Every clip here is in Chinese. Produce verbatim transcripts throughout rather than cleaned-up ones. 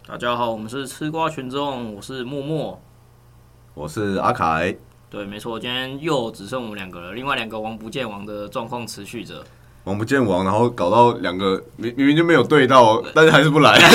大家好，我们是吃瓜群众，我是默默， 我是阿凯。 对，没错，今天又只剩我们两个了，另外两个王不见王的状况持续着。 王不见王，然后搞到两个明明明就没有对到，但是还是不来。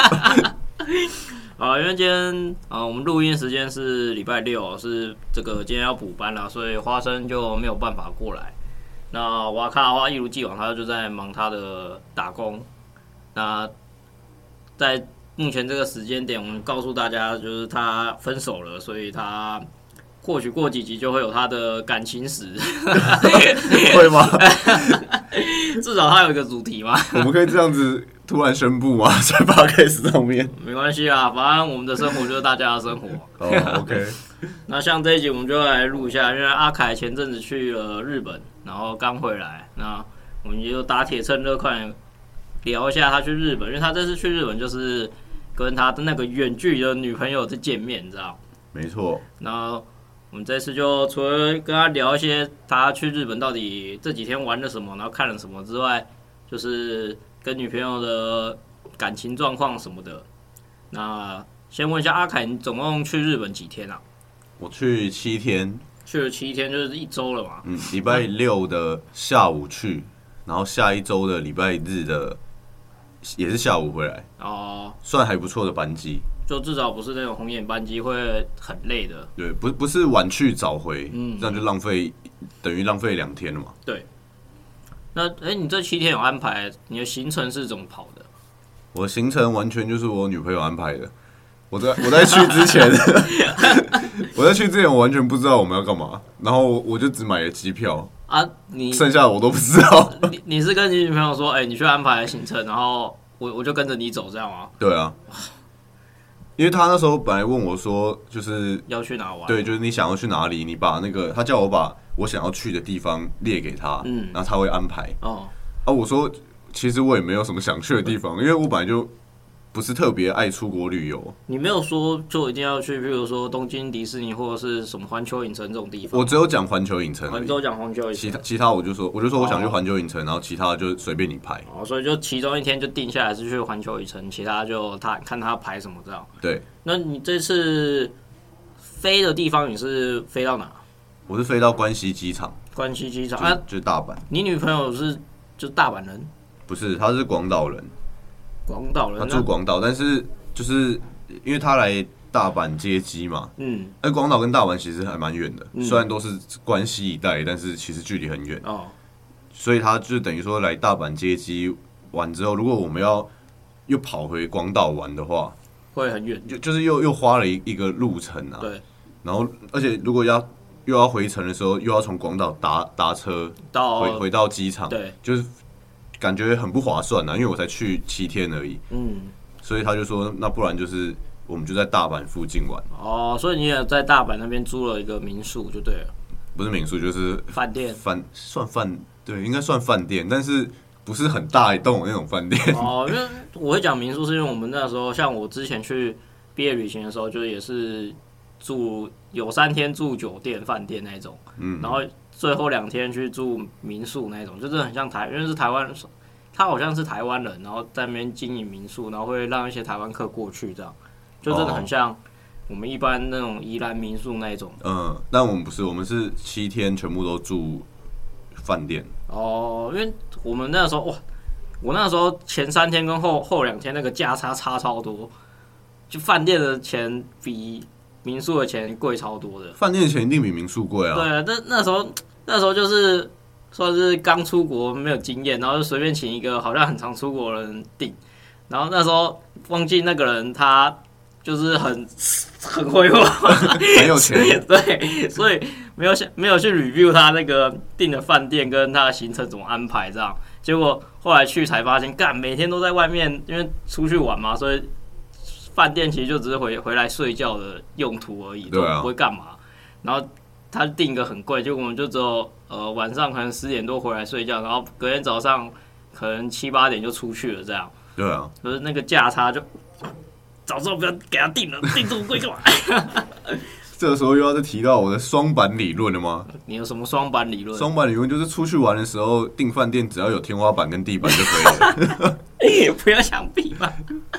啊，因为今天啊，我们录音时间是礼拜六，是这个今天要补班了，所以花生就没有办法过来。那瓦卡的话，一如既往，他就在忙他的打工。那在目前这个时间点，我们告诉大家，就是他分手了，所以他或许过几集就会有他的感情史， 会吗？ 至少他有一个主题嘛。 我们可以这样子突然宣布吗？在 podcast 上面？ 没关系啊，反正我们的生活就是大家的生活。 哦 ，OK。 那像这一集我们就来录一下，因为阿凯前阵子去了日本，然后刚回来，那我们就打铁趁热，快点聊一下他去日本，因为他这次去日本就是跟他的那个远距离的女朋友在见面，你知道？ 没错。 那我们这次就除了跟他聊一些他去日本到底这几天玩了什么，然后看了什么之外，就是跟女朋友的感情状况什么的。那先问一下阿凯，你总共去日本几天啊？ 我去七天， 去了七天，就是一周了嘛。 嗯，礼拜六的下午去，然后下一周的礼拜日的也是下午回来。 哦， 算还不错的班机。 就至少不是那种红眼班机会很累的。 对，不不是晚去早回， 嗯， 这样就浪费，等于浪费两天了嘛。 对。那哎、欸，你这七天有安排你的行程是怎么跑的？ 我的行程完全就是我女朋友安排的。我在我在去之前，我在去之前我完全不知道我们要干嘛，然后我就只买了机票啊，你剩下的我都不知道。 你你是跟你女朋友说，哎、欸，你去安排行程，然后我我就跟着你走，这样吗？ 对啊，因为他那时候本来问我说，就是要去哪玩？ 对，就是你想要去哪里，你把那个他叫我把我想要去的地方列给他，嗯，然后他会安排。哦，啊，我说其实我也没有什么想去的地方，因为我本来就不是特别爱出国旅游。 你没有说就一定要去，比如说东京迪士尼或者是什么环球影城这种地方。 我只有讲环球影城， 我只有讲环球影城， 其他其他我就说我就说我想去环球影城，然后其他的就随便你排。 哦，所以就其中一天就定下来是去环球影城，其他就他看他排什么这样。 对。 那你这次飞的地方你是飞到哪？ 我是飞到关西机场。 关西机场啊，就是大阪。 你女朋友是就大阪人？ 不是，她是广岛人。 广岛人， 她住广岛，但是就是因为她来大阪接机嘛，嗯，而广岛跟大阪其实还蛮远的，嗯，虽然都是关西一带，但是其实距离很远哦。所以她就等于说来大阪接机完之后，如果我们要又跑回广岛玩的话， 会很远， 就就是又又花了一一个路程啊。 对， 然后而且如果要又要回程的时候，又要从广岛搭搭车到回回到机场， 对， 就是感觉很不划算啊，因为我才去七天而已，嗯，所以他就说，那不然就是我们就在大阪附近玩。 哦，所以你也在大阪那边租了一个民宿就对了， 不是民宿就是饭店， 饭算饭，对，应该算饭店，但是不是很大一栋那种饭店。 哦，因为我会讲民宿，是因为我们那时候像我之前去毕业旅行的时候，就是也是住有三天住酒店饭店那种，嗯，然后最后两天去住民宿那种，就真的很像台，因为是台湾，他好像是台湾人，然后在那边经营民宿，然后会让一些台湾客过去，这样就真的很像我们一般那种宜兰民宿那一种。 嗯，但我们不是，我们是七天全部都住饭店。 哦，因为我们那时候哇，我那时候前三天跟后后两天那个价差差超多，就饭店的钱比民宿的钱贵超多的。 饭店的钱一定比民宿贵啊。 对啊，那那时候那时候就是算是刚出国没有经验，然后就随便请一个好像很常出国的人订，然后那时候忘记那个人他就是很很挥霍， 很有钱， 对，所以没有没有去 review 他那个订的饭店跟他的行程怎么安排这样，结果后来去才发现，干每天都在外面，因为出去玩嘛，所以饭店其实就只是回回来睡觉的用途而已，都不会干嘛。然后他订一个很贵，结果我们就只有呃晚上可能十点多回来睡觉，然后隔天早上可能七八点就出去了这样。 对啊， 就是那个价差就。早知道不要给他订了，订这么贵干嘛？ 这个时候又要再提到我的双板理论了吗？ 你有什么双板理论？ 双板理论就是出去玩的时候订饭店，只要有天花板跟地板就可以了。 不要想壁板。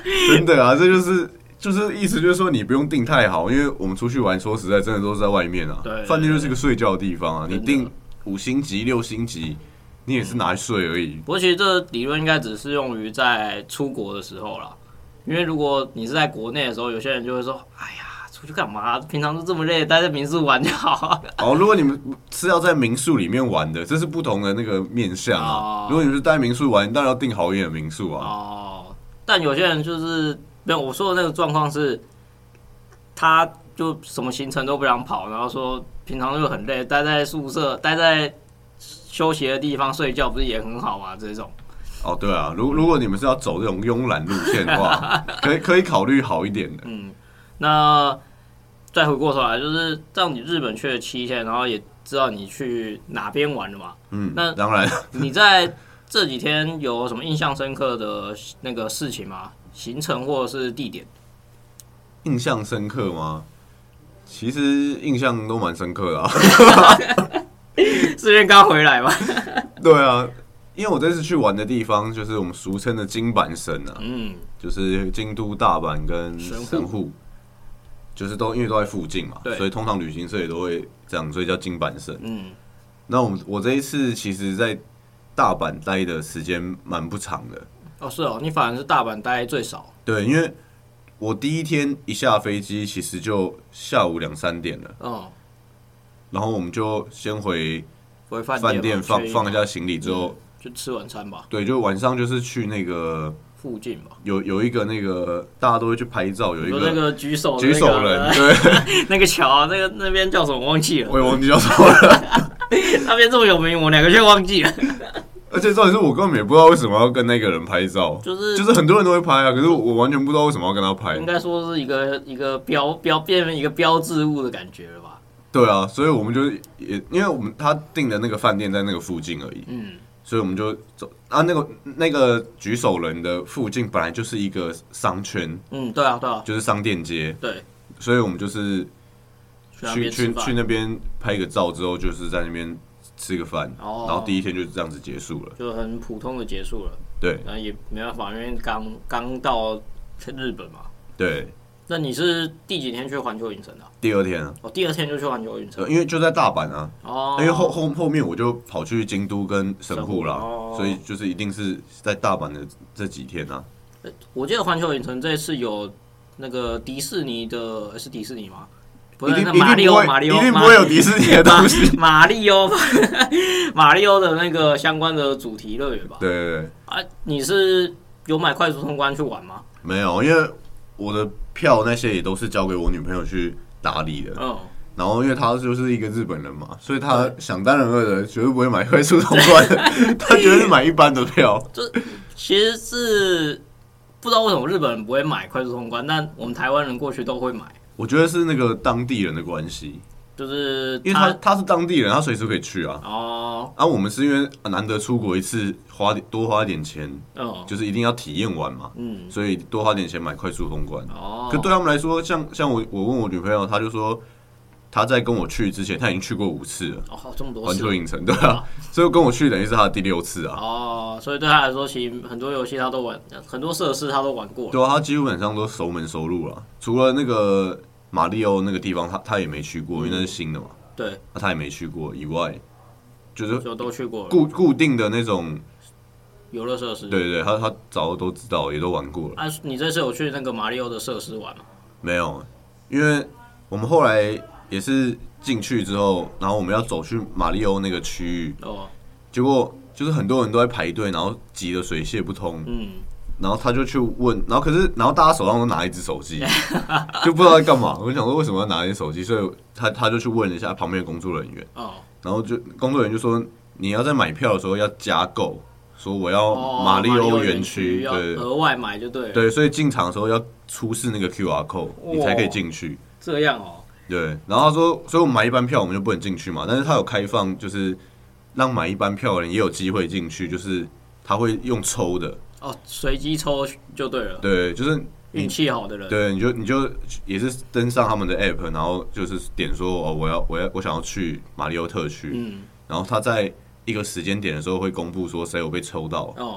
真的啊，这就是就是意思就是说你不用订太好，因为我们出去玩，说实在真的都是在外面啊，饭店就是个睡觉的地方啊，你订五星级、六星级。你也是拿来睡而已。 不过其实这个理论应该只适用于在出国的时候啦，因为如果你是在国内的时候，有些人就会说：“哎呀，出去干嘛？平常都这么累，待在民宿玩就好。” 哦，如果你们是要在民宿里面玩的，这是不同的那个面向啊。哦、如果你是待民宿玩，你当然要订好一点的民宿啊。 哦，但有些人就是没有我说的那个状况是，他就什么行程都不想跑，然后说平常就很累，待在宿舍，待在休息的地方睡觉不是也很好吗？这种哦，对啊，如如果你们是要走这种慵懒路线的话，可以可以考虑好一点的。 嗯，那再回过头来，就是让你日本去了七天，然后也知道你去哪边玩了嘛。 嗯，那当然， 你在这几天有什么印象深刻的那个事情吗？行程或者是地点？ 印象深刻吗？其实印象都蛮深刻的啊。 是因为刚回来吗？ 对啊，因为我这次去玩的地方就是我们俗称的京阪神啊，嗯，就是京都、大阪跟神户，就是都因为都在附近嘛，所以通常旅行社也都会这样，所以叫京阪神。嗯，那我们我这一次其实在大阪待的时间蛮不长的。 哦，是哦，你反而是大阪待最少。 对，因为我第一天一下飞机，其实就下午两三点了。哦。然后我们就先回饭店放放一下行李之后， 嗯，就吃晚餐吧。 对，就晚上就是去那个附近吧。 有有一个那个大家都会去拍照，有一个那个举手举手人，对， 那个桥啊，那个那边叫什么忘记了， 我也忘记叫什么了。 那边这么有名，我两个却忘记了。 而且重点是我根本也不知道为什么要跟那个人拍照，就是就是很多人都会拍啊，可是我完全不知道为什么要跟他拍。 应该说是一个一个标标变成一个标志物的感觉了吧？ 对啊，所以我们就也因为我们他订的那个饭店在那个附近而已，嗯，所以我们就走啊，那个那个举手人的附近本来就是一个商圈， 嗯，对啊，对啊， 就是商店街， 对， 所以我们就是去去去那边拍个照之后，就是在那边吃个饭，哦，然后第一天就这样子结束了， 就很普通的结束了， 对， 那也没办法，因为刚刚到日本嘛， 对。 那你是第几天去环球影城的？ 第二天啊。 哦，第二天就去环球影城， 因为就在大阪啊。哦。因为后后后面我就跑去京都跟神户啦，哦，所以就是一定是在大阪的这几天啊。 我记得环球影城这一次有那个迪士尼的，是迪士尼吗？不是，马里奥，马里奥， 一定不会有迪士尼的东西。 马里奥，马里奥的那个相关的主题乐园吧？ 对对对。 啊，你是有买快速通关去玩吗？ 没有，因为我的票那些也都是交给我女朋友去打理的。嗯。然后因为她就是一个日本人嘛，所以她想当然尔的绝对不会买快速通关的，她绝对是买一般的票。 就其实是不知道为什么日本人不会买快速通关，但我们台湾人过去都会买。 我觉得是那个当地人的关系， 就是因为他他是当地人，他随时可以去啊。哦。啊，我们是因为难得出国一次，花多花一点钱，哦，就是一定要体验完嘛。嗯。所以多花点钱买快速通关。哦。可对他们来说，像像我我问我女朋友，她就说她在跟我去之前，她已经去过五次了。 哦，这么多次。 环球影城，对啊，所以跟我去等于是她的第六次啊。 哦，所以对她来说，其实很多游戏她都玩，很多设施她都玩过了。 对啊，她基本上都熟门熟路了，除了那个马里奥那个地方，她她也没去过，因为那是新的嘛。 对。 那她也没去过以外，就是就都去过了。 固固定的那种游乐设施。 对对，她她早都知道，也都玩过了。 啊，你这次有去那个马里奥的设施玩吗？ 没有，因为我们后来也是进去之后，然后我们要走去马里奥那个区域，哦，结果就是很多人都在排队，然后挤得水泄不通，嗯，然后他就去问，然后可是然后大家手上都拿一只手机，就不知道在干嘛。我就想说为什么要拿一只手机，所以他他就去问了一下旁边的工作人员，哦，然后就工作人员就说你要在买票的时候要加购。说我要马里奥园区，对， 额外买就对了。 对，所以进场的时候要出示那个 Q R code， 你才可以进去。 这样哦。 对，然后他说，所以我们买一般票我们就不能进去嘛，但是他有开放，就是让买一般票的人也有机会进去，就是他会用抽的。 哦，随机抽就对了。 对，就是运气好的人。 对，你就你就也是登上他们的 app， 然后就是点说哦，我要我要我想要去马里奥特区，嗯，然后他在一个时间点的时候会公布说谁有被抽到，哦，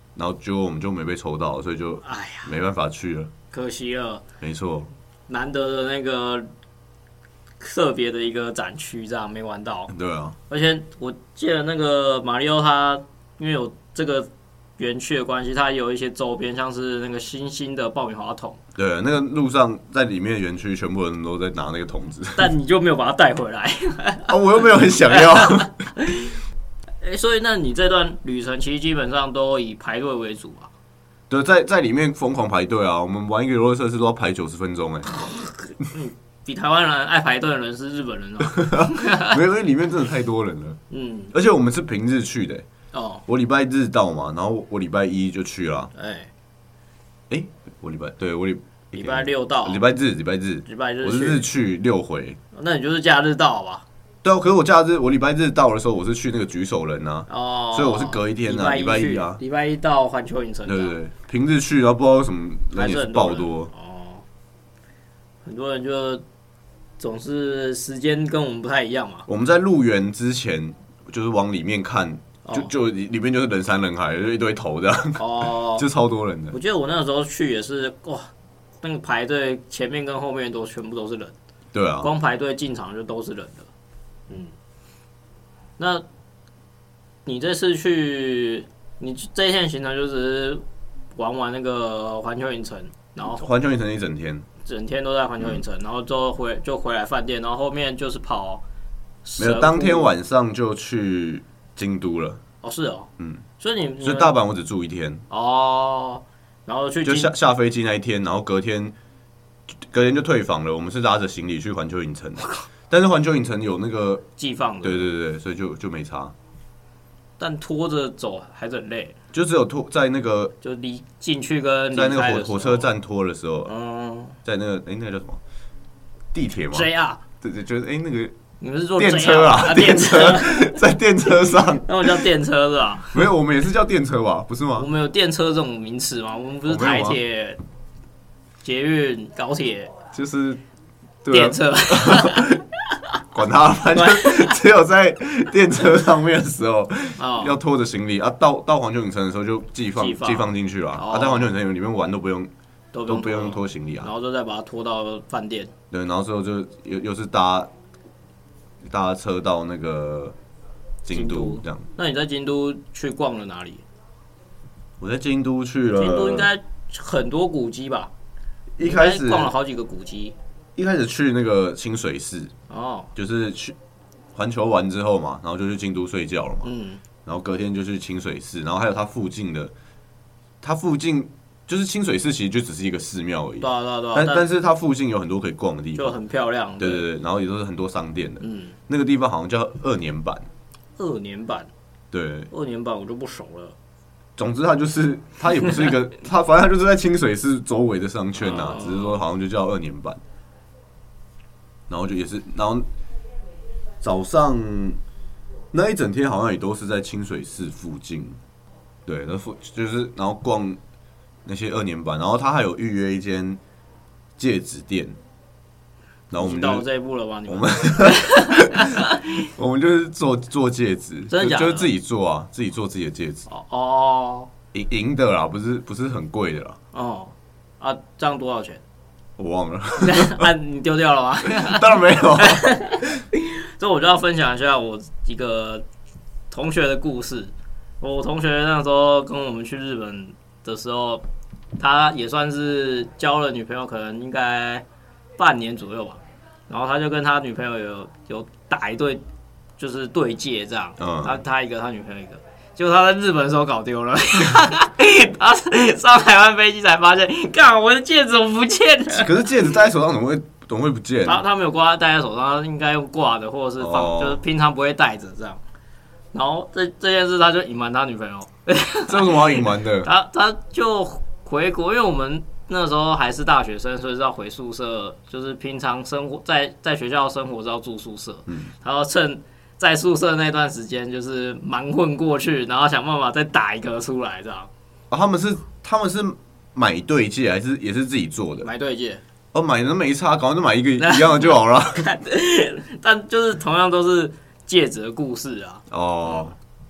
然后结果我们就没被抽到，所以就没办法去了， 可惜了。 没错， 难得的那个特别的一个展区，这样没玩到。 对啊， 而且我记得那个马里奥，他因为有这个园区的关系，它有一些周边，像是那个新兴的爆米花桶。 对，那个路上在里面的园区，全部人都在拿那个桶子， 但你就没有把它带回来啊！我又没有很想要。 欸、所以那你这段旅程其实基本上都以排队为主啊。 对，在在里面疯狂排队啊！我们玩一个游乐设施都要排九十分钟哎、 嗯。比台湾人爱排队的人是日本人哦。 没有，因为里面真的太多人了。嗯，而且我们是平日去的、欸。哦，我礼拜日到嘛，然后我礼拜一就去了。哎、欸，哎、欸，我礼拜对我礼礼拜六到， 礼拜日礼拜日礼拜日， 我是日去六回。 那你就是假日到吧？ 对啊，可是我假日我礼拜日到的时候，我是去那个举手人啊，哦，所以我是隔一天啊，礼拜一啊， 礼拜一到环球影城。 对对对，平日去，然后不知道为什么人也是爆多哦，很多人就总是时间跟我们不太一样嘛。 我们在入园之前，就是往里面看。就就里面就是人山人海，就一堆头这样，哦，就超多人的。 我记得我那个时候去也是，哇，那个排队前面跟后面都全部都是人。 对啊， 光排队进场就都是人的。嗯，那你这次去，你这一天行程就只是玩完那个环球影城，然后环球影城一整天， 整天都在环球影城，嗯、然后之后回就回来饭店，然后后面就是跑。 没有，当天晚上就去。京都了哦，是哦，嗯，所以你所以大阪我只住一天哦，然后去就下下飞机那一天，然后隔天隔天就退房了。我们是拉着行李去环球影城，但是环球影城有那个寄放的， 对对对，所以就就没差。 但拖着走还是很累， 就只有拖在那个就离进去跟在那个火火车站拖的时候，嗯，在那个哎、欸、那个叫什么地铁吗 ？J R， 对对，就是哎、欸、那个。 你们是坐电车啊？电车在电车上， 那我叫电车是吧？ 没有，我们也是叫电车吧？不是吗？ 我们有电车这种名词吗？我们不是台铁、捷运、高铁， 就是电车。 管他，反正只有在电车上面的时候，要拖着行李啊。到到环球影城的时候就寄放寄放进去了啊。在环球影城里面玩都不用都不用拖行李啊， 然后就再把它拖到饭店。 对，然后之后就又又是搭。搭车到那个京都，这样。 那你在京都去逛了哪里？ 我在京都去了。 京都应该很多古迹吧？ 一开始逛了好几个古迹。 一开始去那个清水寺，哦，就是去环球完之后嘛，然后就去京都睡觉了嘛。嗯。然后隔天就去清水寺，然后还有它附近的，它附近。就是清水寺其实就只是一个寺庙而已， 对啊对啊对啊， 但但是它附近有很多可以逛的地方， 就很漂亮。 对对对，然后也都是很多商店的。嗯，那个地方好像叫二年版。 二年版。 对。 二年版我就不熟了。 总之，它就是它也不是一个，它反正它就是在清水寺周围的商圈呐、啊，只是说好像就叫二年版。然后就也是，然后早上那一整天好像也都是在清水寺附近，对，那附就是然后逛。那些二年版，然后他还有预约一间戒指店，然后我们就到这一步了吧？你们我们我们就是做做戒指， 真的假的？ 就是自己做啊，自己做自己的戒指。 哦， 银银的啦，不是不是很贵的啦。 哦，啊，这样多少钱？ 我忘了。 啊，你丢掉了吗？ 当然没有。 这我就要分享一下我一个同学的故事。我同学那时候跟我们去日本的时候，他也算是交了女朋友，可能应该半年左右吧。然后他就跟他女朋友有有打一对，就是对戒这样。嗯、他他一个，他女朋友一个。结果他在日本的时候搞丢了，他上台湾飞机才发现，干我的戒指怎么不见了？ 可是戒指戴在手上怎么会怎么会不见？ 他他没有挂戴在手上，他应该用挂的，或者是放，哦、就是平常不会戴着这样。然后这这件事他就隐瞒他女朋友。 这有什么好隐瞒的？ 他他就回国，因为我们那时候还是大学生，所以是要回宿舍，就是平常生活在在学校生活是要住宿舍。嗯，然后趁在宿舍那段时间，就是蛮混过去，然后想办法再打一个出来，这样。 啊，他们是他们是买对戒，还是也是自己做的？ 买对戒。 哦，买的没差，赶快就买一个一样的就好了。 但就是同样都是戒指的故事啊。哦。那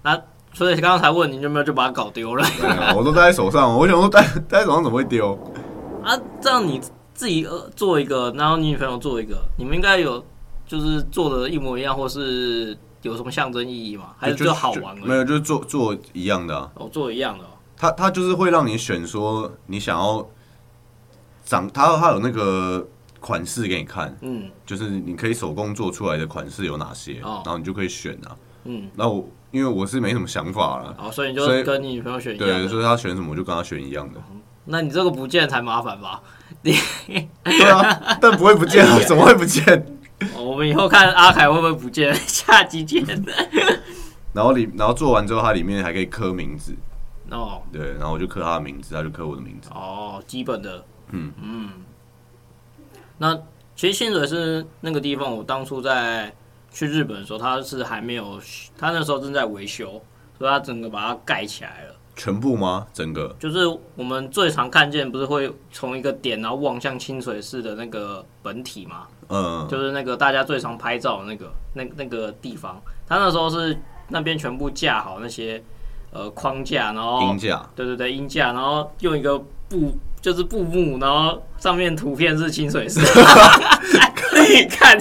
所以刚刚才问你有没有就把它搞丢了。 啊、我都戴在手上，我想说戴戴在手上怎么会丢？ 啊，这样你自己做一个，然后你女朋友做一个，你们应该有就是做的一模一样，或是有什么象征意义吗？还是就好玩而已？ 没有，就是做做一样的啊。 哦，做一样的、哦。 它它就是会让你选说你想要长，它它有那个款式给你看，嗯，就是你可以手工做出来的款式有哪些，哦、然后你就可以选啊。嗯，那我因为我是没什么想法了， 哦，所以你就跟你女朋友选一样的。 对，所以她选什么我就跟她选一样的。 那你这个不见才麻烦吧？你对啊，但不会不见啊，怎么会不见？ 哦、我们以后看阿凯会不会不见，下集见。 然后里，然后做完之后，它里面还可以刻名字。哦，对，然后我就刻他的名字，他就刻我的名字。 哦，基本的。嗯嗯。那其实清水是那个地方，我当初在去日本的时候，它是还没有，它那时候正在维修，所以它整个把它盖起来了。 全部吗？整个？ 就是我们最常看见，不是会从一个点然后望向清水寺的那个本体嘛？嗯，就是那个大家最常拍照的那个那那个地方，它那时候是那边全部架好那些呃框架，然后鹰架， 对对对，鹰架，然后用一个布就是布幕，然后上面图片是清水寺，可以看，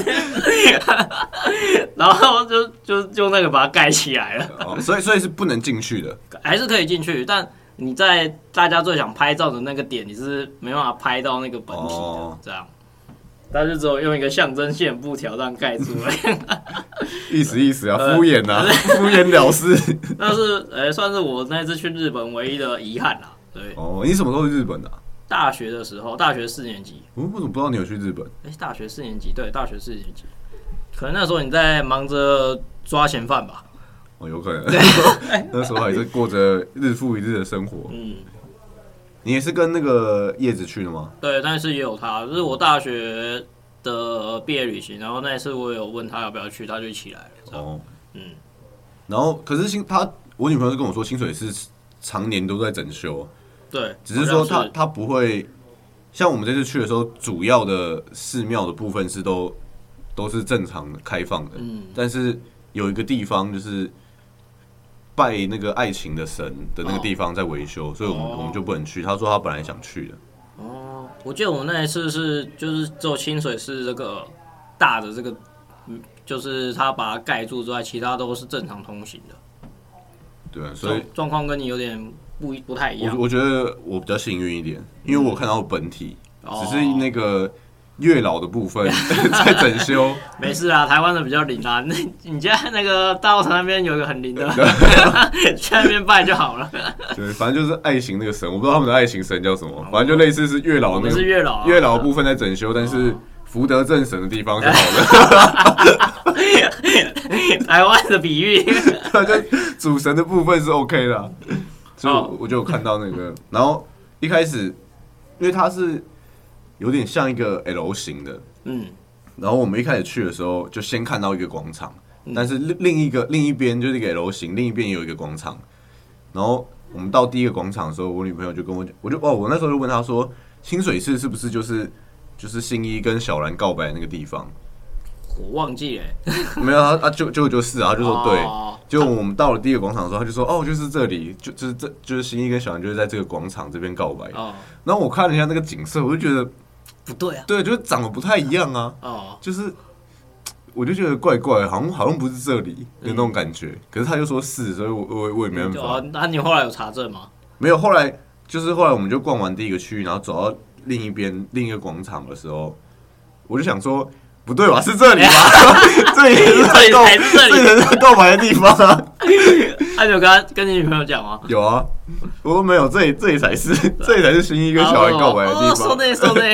然后就就就那个把它盖起来了。 哦，所以所以是不能进去的， 还是可以进去，但你在大家最想拍照的那个点，你是没办法拍到那个本体的，哦、这样。他就只有用一个象征线布条这样盖住了， 意思意思啊，敷衍啊，敷衍了事。 那是呃、欸，算是我那次去日本唯一的遗憾啦。对， 哦，你什么时候去日本的、啊？ 大学的时候，大学四年级。 我、哦、为什么不知道你有去日本？ 哎、欸，大学四年级，对，大学四年级，可能那时候你在忙着抓嫌犯吧？ 哦，有可能。那时候还是过着日复一日的生活。嗯。你也是跟那个叶子去的吗？ 对，但是也有他，就是我大学的毕业旅行，然后那一次我有问他要不要去，他就一起来了。哦，嗯， 然后可是新他，我女朋友跟我说，清水是常年都在整修， 对， 只是说他他不会像我们这次去的时候，主要的寺庙的部分是都都是正常开放的，嗯，但是有一个地方就是拜那个爱情的神的那个地方在维修，所以我们、哦、我们就不能去。他说他本来想去的。 哦，我记得我们那一次是就是只有清水是这个大的这个，就是他把它盖住之外，其他都是正常通行的。 对，所以状况跟你有点不不太一样。 我我觉得我比较幸运一点，因为我看到本体，嗯、只是那个月老的部分在整修。 没事啊，台湾的比较灵啊。那你家那个大稻埕那边有一个很灵的，去那边拜就好了。 对，反正就是爱情那个神，我不知道他们的爱情神叫什么，反正就类似是月老那个。 是月老、啊， 月老的部分在整修，但是福德正神的地方是好的。 台湾的比喻， 对，就主神的部分是 OK 的、啊，所以我我就有看到那个，然后一开始因为它是有点像一个 L 型的，嗯，然后我们一开始去的时候就先看到一个广场，嗯、但是另一个另一边就是一个 L 型，另一边也有一个广场，然后我们到第一个广场的时候，我女朋友就跟我讲，我就哦，我那时候就问她说，清水寺是不是就是就是新一跟小兰告白的那个地方？ 我忘记了、欸， 没有啊啊，就就就是啊，他就说对，就我们到了第一个广场的时候，他就说哦，就是这里，就就是这就是新一跟小兰就是在这个广场这边告白。哦，然后我看了一下那个景色，我就觉得不对啊， 对，就是长得不太一样啊，哦，就是我就觉得怪怪，好像好像不是这里的那种感觉。嗯、可是他就说是，所以我我我也没办法。 那、啊、你后来有查证吗？ 没有，后来就是后来我们就逛完第一个区域，然后走到另一边另一个广场的时候，我就想说。不对吧？是这里吧？这里是在告，这里是在告白的地方啊！ 他有跟他跟你女朋友讲吗？ 有啊，我说没有，这里这里才是，这里才是新一跟小孩告白的地方。 说对说对，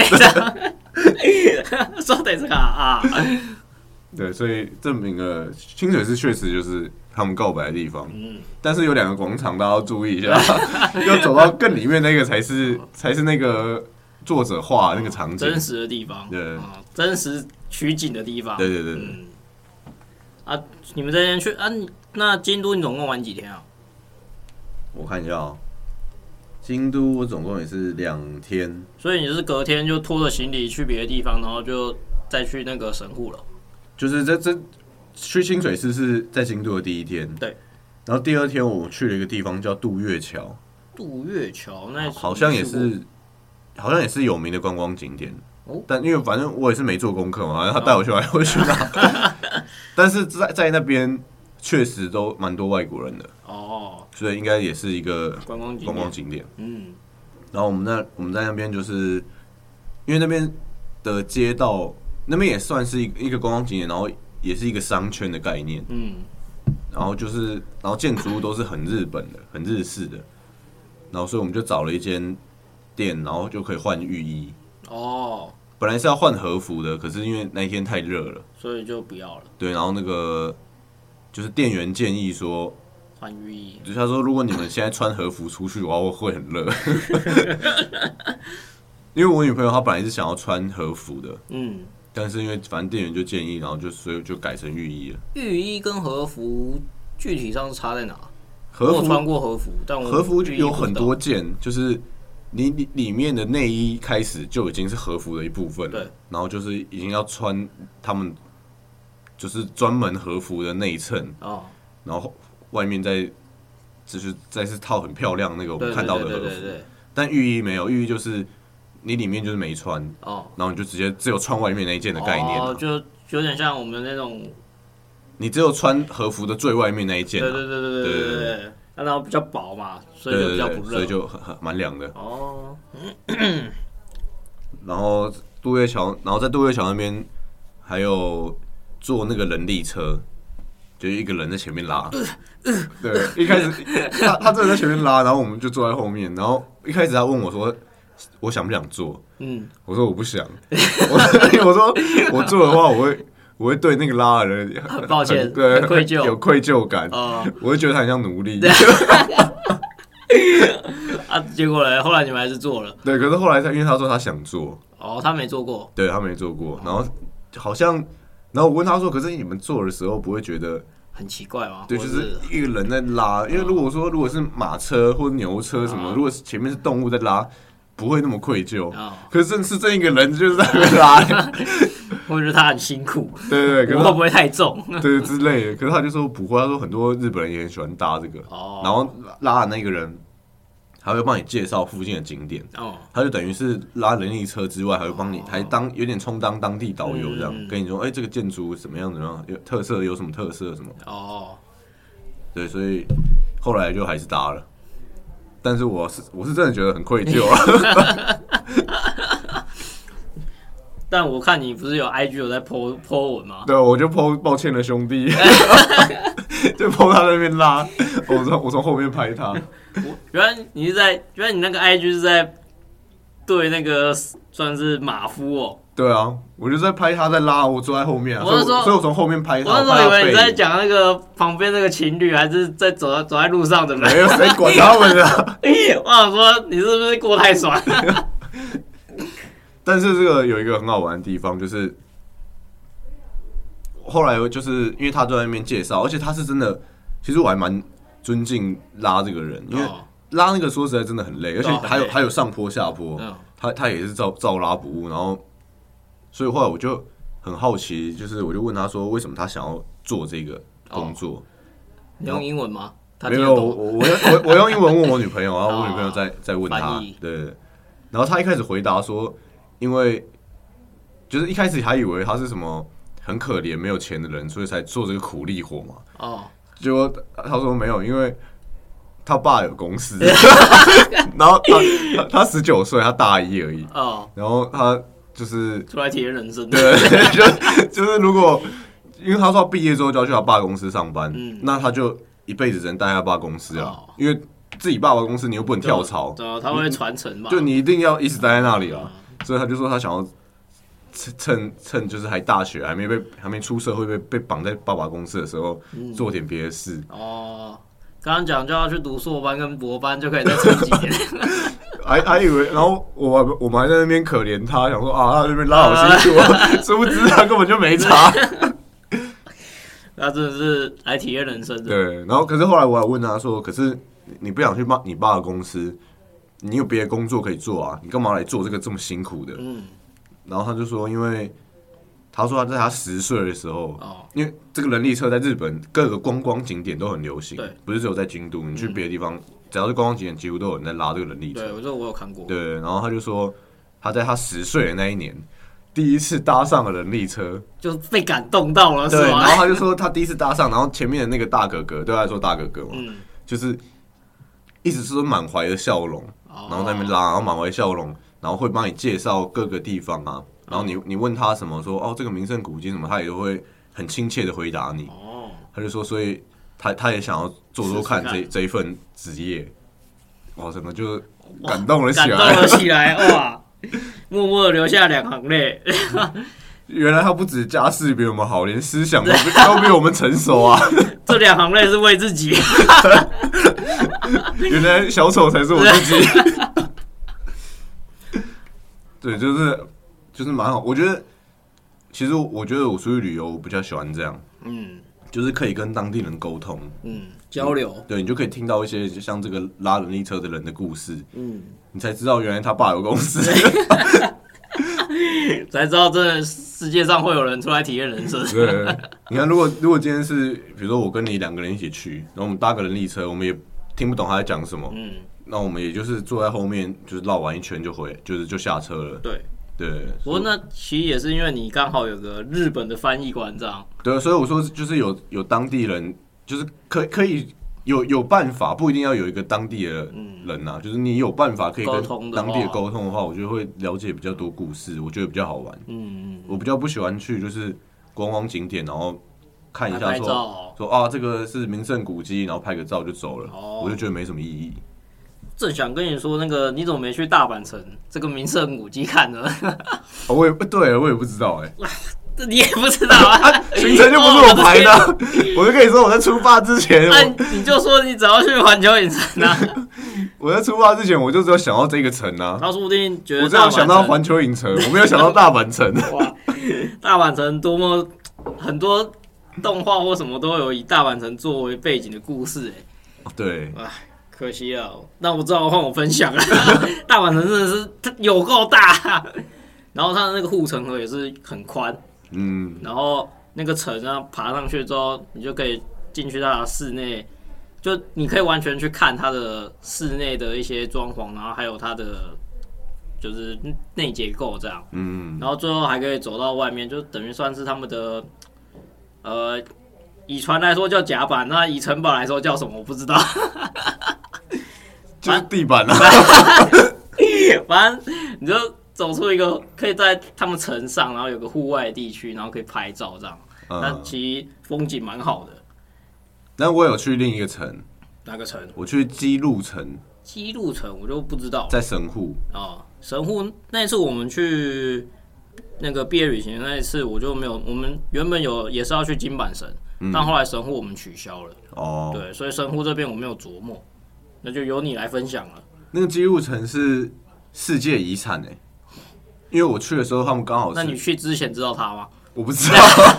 说对这个啊！ 对，所以证明了清水寺确实就是他们告白的地方。嗯，但是有两个广场，大家要注意一下，要走到更里面那个才是才是那个作者画那个场景真实的地方。对，真实。取景的地方， 对对对， 嗯，啊，你们这边去啊？那京都你总共玩几天啊？ 我看一下啊、喔，京都我总共也是两天， 所以你就是隔天就拖着行李去别的地方，然后就再去那个神户了。 就是这这去清水寺是在京都的第一天， 对， 然后第二天我去了一个地方叫渡月桥。 渡月桥那好像也是，好像也是有名的观光景点。哦、但因为反正我也是没做功课嘛，他带我去，我去哪？但是在在那边确实都蛮多外国人的哦，所以应该也是一个观光观光景点。嗯，然后我们那我们在那边就是，因为那边的街道那边也算是一个一个观光景点，然后也是一个商圈的概念。嗯，然后就是，然后建筑物都是很日本的、很日式的。然后，所以我们就找了一间店，然后就可以换浴衣。哦，本来是要换和服的，可是因为那一天太热了， 所以就不要了。 对，然后那个就是店员建议说换浴衣， 就是他说如果你们现在穿和服出去的话，会很热。因为我女朋友她本来是想要穿和服的，嗯，但是因为反正店员就建议，然后就所以就改成浴衣了。 浴衣跟和服具体上是差在哪？和服我穿过和服，但我和服有很多件，就是你里面的内衣开始就已经是和服的一部分了，对，然后就是已经要穿他们就是专门和服的内衬哦，然后外面再就是再是套很漂亮那个我们看到的和服，对对对对对，但浴衣没有，浴衣就是你里面就是没穿哦，然后你就直接只有穿外面那一件的概念， 哦，就有点像我们那种。 你只有穿和服的最外面那一件、啊， 对对对对对对对对，然后比较薄嘛，所以就比较不热， 所以就很很蛮凉的。哦，然后渡月桥，然后在渡月桥那边还有坐那个人力车，就一个人在前面拉。对，一开始他他真的在前面拉，然后我们就坐在后面。然后一开始他问我说：“我想不想坐？”嗯，我说我不想。我我说我坐的话，我会。我会对那个拉的人很抱歉， 对， 很愧疚， 有愧疚感。哦、我会觉得他很像奴隶。 啊，结果呢？后来你们还是做了。 对，可是后来他因为他说他想做， 哦，他没做过。 对，他没做过。然后好像，然后我问他说：“可是你们做的时候不会觉得很奇怪吗？” 对，就是一个人在拉。因为如果说如果是马车或者牛车什么，如果前面是动物在拉，不会那么愧疚。哦、可是正是这一个人就是在那边拉。 或者他很辛苦， 对对对， 会不会太重？ 对之类的。可是他就说不会，他说很多日本人也很喜欢搭这个，哦、然后拉的那个人还会帮你介绍附近的景点，哦、他就等于是拉人力车之外，还会帮你，哦、还当有点充当当地导游这样，嗯、跟你说，哎、欸，这个建筑怎么样怎么样，有特色有什么特色什么。哦，对，所以后来就还是搭了，但是我是我是真的觉得很愧疚啊。 但我看你不是有 I G 有在 po po 文吗？ 对，我就 po 抱歉了兄弟，就 po 他那边拉，我从我从后面拍他。 原来你是在，原来你那个 I G 是在对那个算是马夫哦。 对啊，我就在拍他在拉，我坐在后面啊， 我是说， 所以我从后面拍他。 我那时候以为你在讲那个旁边那个情侣，还是在走走在路上的人？ 没有谁管他们啊！ 我想说你是不是过太爽？ 但是这个有一个很好玩的地方，就是后来就是因为他在那边介绍，而且他是真的，其实我还蛮尊敬拉这个人，因为拉那个说实在真的很累，而且还有还有上坡下坡，他他也是照照拉不误，然后所以后来我就很好奇，就是我就问他说为什么他想要做这个工作？ 你用英文吗？ 没有，我我我我用英文问我女朋友，然后我女朋友再再问他，对，然后他一开始回答说。因为就是一开始还以为他是什么很可怜没有钱的人，所以才做这个苦力活嘛。哦，结果他说没有，因为他爸有公司，然后他他十九岁，他大一而已。哦，然后他就是出来体验人生。 对，就就是如果因为他说他毕业之后就要去他爸公司上班，嗯，那他就一辈子只能待他爸公司啊，哦、因为自己爸爸公司你又不能跳槽， 对，他会传承嘛， 就你一定要一直待在那里啊。所以他就说他想要趁趁就是还大学还没被还没出社会被被绑在爸爸公司的时候，嗯、做点别的事。 哦，刚刚讲就要去读硕班跟博班就可以再撑几年。 还还以为，然后我我们还在那边可怜他，想说啊他那边拉好辛苦啊，殊不知他根本就没差。 他真的是来体验人生的。 对，然后可是后来我还问他说，可是你不想去爸你爸的公司？你有别的工作可以做啊，你干嘛来做这个这么辛苦的？嗯，然后他就说，因为他说他在他十岁的时候，哦，因为这个人力车在日本各个观光景点都很流行，不是只有在京都，你去别的地方，嗯、只要是观光景点，几乎都有人在拉这个人力车。 对，我这我有看过。 对，然后他就说他在他十岁的那一年，第一次搭上了人力车， 就被感动到了，是吧？ 对，然后他就说他第一次搭上，然后前面的那个大哥哥，对他来说大哥哥嘛，嗯、就是一直是满怀的笑容，哦、然后在那边拉，然后满怀笑容，然后会帮你介绍各个地方啊。然后你你问他什么说哦这个名胜古迹什么，他也都会很亲切的回答你。哦，他就说，所以他他也想要做做看这这一份职业，哇，整个就感动了起来， 感动了起来，哇，默默的流下两行泪。 原来他不止家世比我们好，连思想都比都比我们成熟啊！ 这两行泪是为自己。 原来小丑才是我自己。对，就是。就是蛮好，我觉得，其实我觉得我出去旅游，我比较喜欢这样，嗯，就是可以跟当地人沟通， 嗯，交流， 对你就可以听到一些像这个拉人力车的人的故事，嗯，你才知道原来他爸有公司， 才知道真的世界上会有人出来体验人生。 对，你看，如果如果今天是比如说我跟你两个人一起去，然后我们搭个人力车，我们也听不懂他在讲什么，嗯，那我们也就是坐在后面，就是绕完一圈就回，就是就下车了， 对。 对， 不过那其实也是因为你刚好有个日本的翻译官这样。 对，所以我说就是有有当地人，就是可可以有有办法，不一定要有一个当地的人啊，嗯、就是你有办法可以跟当地的沟通的话，我觉得会了解比较多故事，我觉得比较好玩。嗯嗯。我比较不喜欢去就是观光景点，然后看一下说、哦、说啊这个是名胜古迹，然后拍个照就走了，哦、我就觉得没什么意义。 正想跟你说，那个你怎么没去大阪城这个名胜古迹看呢？ 我也对，我也不知道哎、 欸，你也不知道啊？啊行程就不是我排的，哦、我, 我就跟你说我在出发之前， 啊、你就说你只要去环球影城啊。 我在出发之前，我就只有想到这个城啊。 他说不定觉得我只有想到环球影城，我没有想到大阪城。 哇，大阪城多么很多动画或什么都有以大阪城作为背景的故事哎、 欸。对。 可惜了，那我只好换我分享了。大阪城真的是有够大，然后它的那个护城河也是很宽，嗯，然后那个城啊爬上去之后，你就可以进去它的室内，就你可以完全去看它的室内的一些装潢，然后还有它的就是内结构这样，嗯，然后最后还可以走到外面，就等于算是他们的呃。以船来说叫甲板，那以城堡来说叫什么？我不知道。 就是地板啊。 反正你就走出一个可以在他们城上，然后有个户外的地区，然后可以拍照这样。嗯、那其实风景蛮好的。 那我有去另一个城。 哪个城？ 我去姬路城。 姬路城我就不知道。 在神户。 哦，神户那一次我们去那个毕业旅行那一次，我就没有。我们原本有也是要去金板神。嗯、但后来神户我们取消了，哦，对，所以神户这边我没有琢磨，那就由你来分享了。 那个姬路城是世界遗产哎、欸，因为我去的时候他们刚好是。 那你去之前知道他吗？ 我不知道。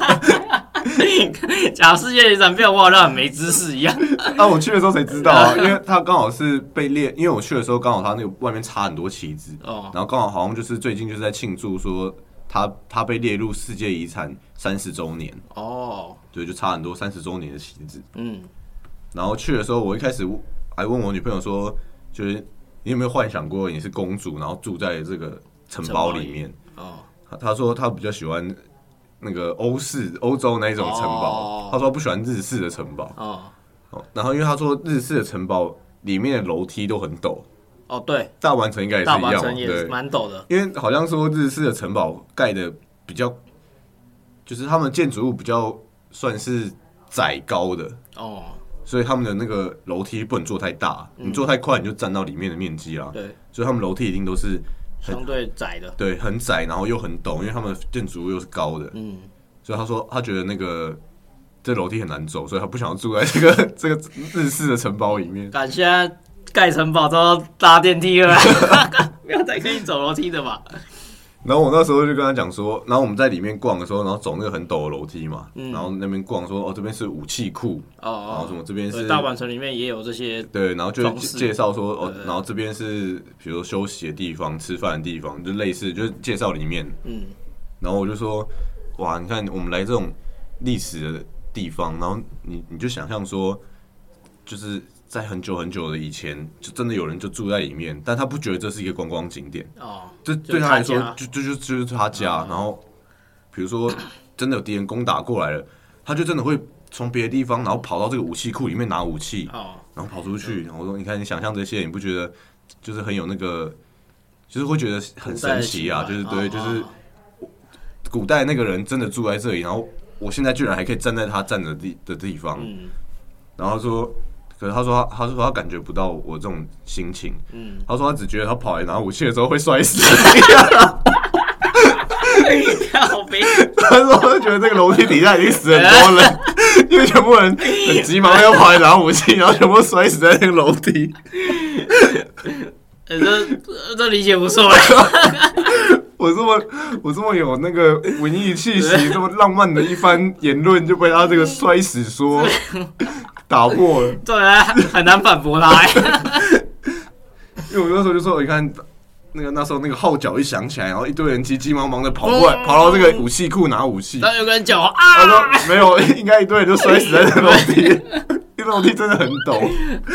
讲世界遗产变我好像很没知识一样。 啊，我去的时候才知道啊，因为他刚好是被列，因为我去的时候刚好他那个外面插很多旗子，哦，然后刚好好像就是最近就是在庆祝说他他被列入世界遗产三十周年哦。对，就差很多三十周年的旗帜。嗯，然后去的时候，我一开始还问我女朋友说，就是你有没有幻想过你是公主，然后住在这个城堡里面？哦，她说她比较喜欢那个欧式欧洲那一种城堡，她说她不喜欢日式的城堡。哦，然后因为她说日式的城堡里面的楼梯都很陡。 哦，对， 大阪城应该也是一样，大阪城也蛮陡的。 因为好像说日式的城堡盖的比较，就是他们建筑物比较。算是窄高的哦，所以他们的那个楼梯不能做太大，嗯、你做太快你就占到里面的面积啦。对，所以他们楼梯一定都是相对窄的， 对，很窄，然后又很陡，因为他们建筑物又是高的。嗯，所以他说他觉得那个这楼梯很难走，所以他不想要住在这个这个日式的城堡里面。 感谢盖城堡都要搭电梯了，没有再可以走楼梯的吧？ 然后我那时候就跟他讲说，然后我们在里面逛的时候，然后走那个很陡的楼梯嘛，嗯、然后那边逛说，哦，这边是武器库，哦哦，然后什么这边是大阪城里面也有这些， 对，然后就介绍说，哦，然后这边是比如说休息的地方、吃饭的地方，就类似就是介绍里面，嗯，然后我就说， 哇，你看我们来这种历史的地方，然后你你就想象说，就是在很久很久的以前，就真的有人就住在里面，但他不觉得这是一个观光景点哦，这对他来说就就就就是他家。哦、然后比如说真的有敌人攻打过来了，他就真的会从别的地方，然后跑到这个武器库里面拿武器，哦、然后跑出去。然后我说，你看你想象这些，你不觉得就是很有那个，就是会觉得很神奇啊？就是对，就是古代那个人真的住在这里，然后我现在居然还可以站在他站的地的地方，嗯、然后说。可是他说他，他说他感觉不到我这种心情。嗯，他说他只觉得他跑来拿武器的时候会摔死。他说他觉得这个楼梯底下已经死很多人，因为全部人很急忙要跑来拿武器，然后全部摔死在那个楼梯。 欸、这这理解不错。 我这么我这么有那个文艺气息，这么浪漫的一番言论，就被他这个摔死说打破了。 对啊，很难反驳他。 因为我那时候就说，你看那个那时候那个号角一响起来，然后一堆人急急忙忙的跑过来，嗯、跑到这个武器库拿武器。 然后有个人叫啊， 他说没有，应该一堆人就摔死在那楼梯，那楼梯真的很陡。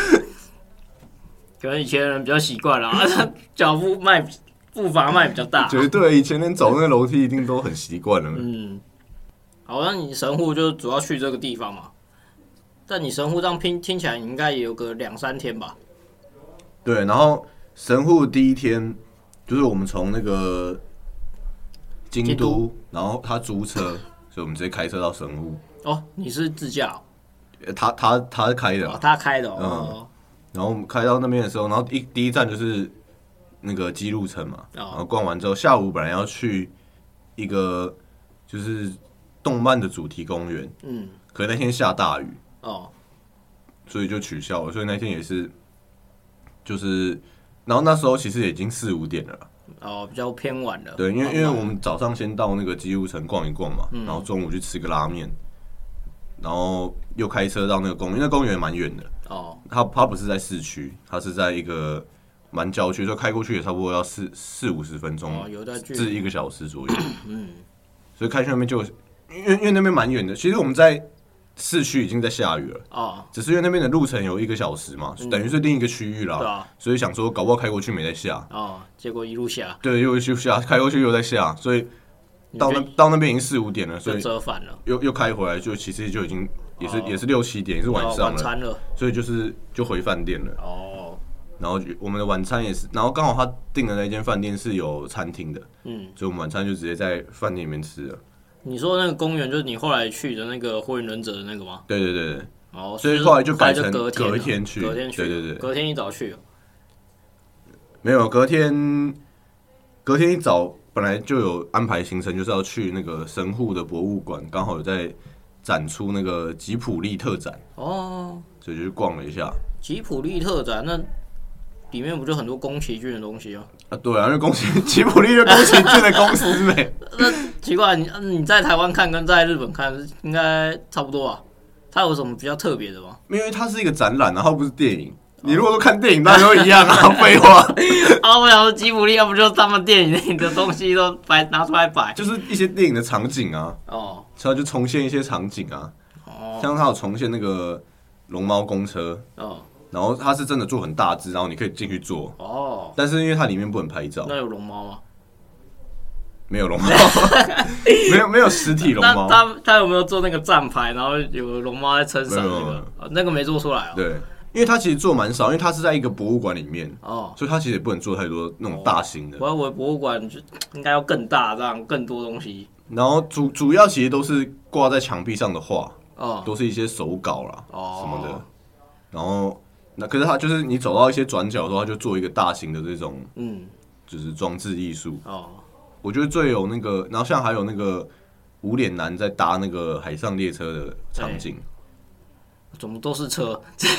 可能以前人比较习惯了，啊，脚步迈步伐迈比较大。 绝对，以前人走那个楼梯一定都很习惯了。 嗯，好，那你神户就主要去这个地方嘛？但你神户这样听听起来，你应该也有个两三天吧？ 对，然后神户第一天就是我们从那个京都，京都然后他租车，所以我们直接开车到神户。 哦，你是自驾哦？他他他是开的， 哦，他开的哦。 嗯然后我们开到那边的时候，然后一第一站就是那个姬路城嘛，然后逛完之后，下午本来要去一个就是动漫的主题公园，嗯，可那天下大雨，哦，所以就取消了，所以那天也是就是，然后那时候其实也已经四五点了， 哦，比较偏晚了， 对，因为因为我们早上先到那个姬路城逛一逛嘛，嗯、然后中午去吃个拉面。然后又开车到那个公园，那公园蛮远的。哦，它它不是在市区，它是在一个蛮郊区，所以开过去也差不多要四四五十分钟，哦、至一个小时左右。嗯，所以开去那边就，因为因为那边蛮远的。其实我们在市区已经在下雨了。哦，只是因为那边的路程有一个小时嘛，嗯、等于是另一个区域啦。对啊。所以想说，搞不好开过去没在下。 哦，结果一路下。 对，又又下，开过去又在下，所以。到那到那边已经四五点了，所以折返了， 又又开回来，就其实就已经也是、哦、也是六七点，也是晚上了， 晚餐了， 所以就是就回饭店了。哦，然后我们的晚餐也是，然后刚好他订的那间饭店是有餐厅的，嗯，所以我们晚餐就直接在饭店里面吃了。 你说那个公园就是你后来去的那个火影忍者的那个吗？ 对对对对。哦，所以后来就改成隔天天去， 隔天去， 对对对， 隔天一早去。 没有，隔天隔天一早。本来就有安排行程，就是要去那个神户的博物馆，刚好有在展出那个吉普力特展哦，所以就去逛了一下。 吉普力特展那里面不就很多宫崎骏的东西啊？ 啊，对啊，因为宫崎吉普力是宫崎骏的公司没。 那奇怪，你你在台湾看跟在日本看应该差不多啊？它有什么比较特别的吗？ 因为它是一个展览，然后不是电影。你如果说看电影，当然都一样啊，废话。 啊，我想说吉卜力要不就是他们电影里的东西都摆拿出来摆， 就是一些电影的场景啊。哦，所以就重现一些场景啊。哦，像他有重现那个龙猫公车。哦，然后它是真的做很大只，然后你可以进去坐。哦，但是因为它里面不能拍照。 那有龙猫吗？ 没有龙猫，没有没有实体龙猫。 他他有没有做那个站牌，然后有龙猫在撑伞那个？那个没做出来哦。 对。因为它其实做蛮少，因为它是在一个博物馆里面，哦，所以它其实也不能做太多那种大型的。 我以为博物馆就应该要更大，这样更多东西。 然后主主要其实都是挂在墙壁上的画，哦，都是一些手稿啦，哦，什么的。然后那可是它就是你走到一些转角的时候，它就做一个大型的这种，嗯，就是装置艺术。哦，我觉得最有那个，然后像还有那个无脸男在搭那个海上列车的场景。 怎么都是车？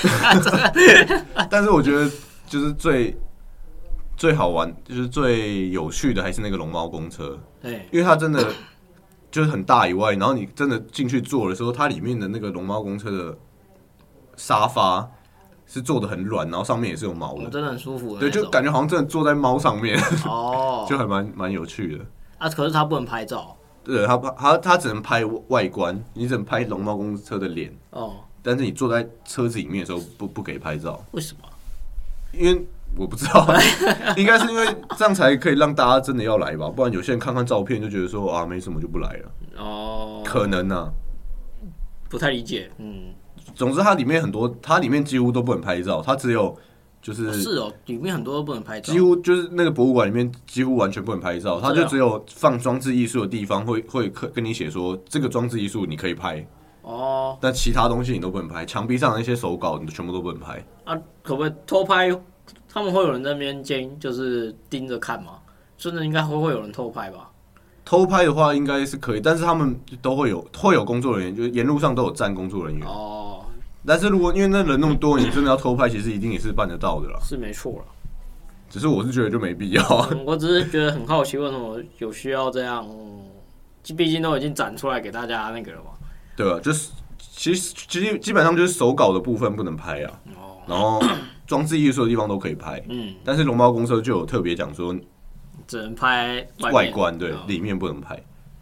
但是我觉得就是最最好玩，就是最有趣的还是那个龙猫公车，因为它真的就是很大以外，然后你真的进去坐的时候，它里面的那个龙猫公车的沙发是做的很软，然后上面也是有毛的， 哦、真的很舒服的。 对，就感觉好像真的坐在猫上面，哦，就还蛮蛮有趣的。 啊，可是它不能拍照。 对，他他他只能拍外观，你只能拍龙猫公车的脸。哦。但是你坐在车子里面的时候不不给拍照。 为什么？ 因为我不知道，应该是因为这样才可以让大家真的要来吧，不然有些人看看照片就觉得说啊没什么就不来了。哦。可能啊。 不太理解。嗯。 总之，它里面很多，它里面几乎都不能拍照，它只有。就是、 哦、是哦，里面很多都不能拍照， 几乎就是那个博物馆里面几乎完全不能拍照，它就只有放装置艺术的地方会会跟你写说这个装置艺术你可以拍哦，但其他东西你都不能拍，墙壁上的那些手稿你全部都不能拍啊，可不可以偷拍？他们会有人在那边监，就是盯着看吗？真的应该会会有人偷拍吧？ 偷拍的话应该是可以，但是他们都会有会有工作人员，就是沿路上都有站工作人员哦。但是如果因为那人那么多，你真的要偷拍，其实一定也是办得到的啦。 是没错啦。 只是我是觉得就没必要、 嗯。我只是觉得很好奇，为什么有需要这样？毕竟都已经展出来给大家那个了嘛。 对啊，就是其实其实基本上就是手稿的部分不能拍啊，哦、然后装置艺术的地方都可以拍。嗯。但是龙猫公车就有特别讲说， 只能拍外观，对，里面不能拍。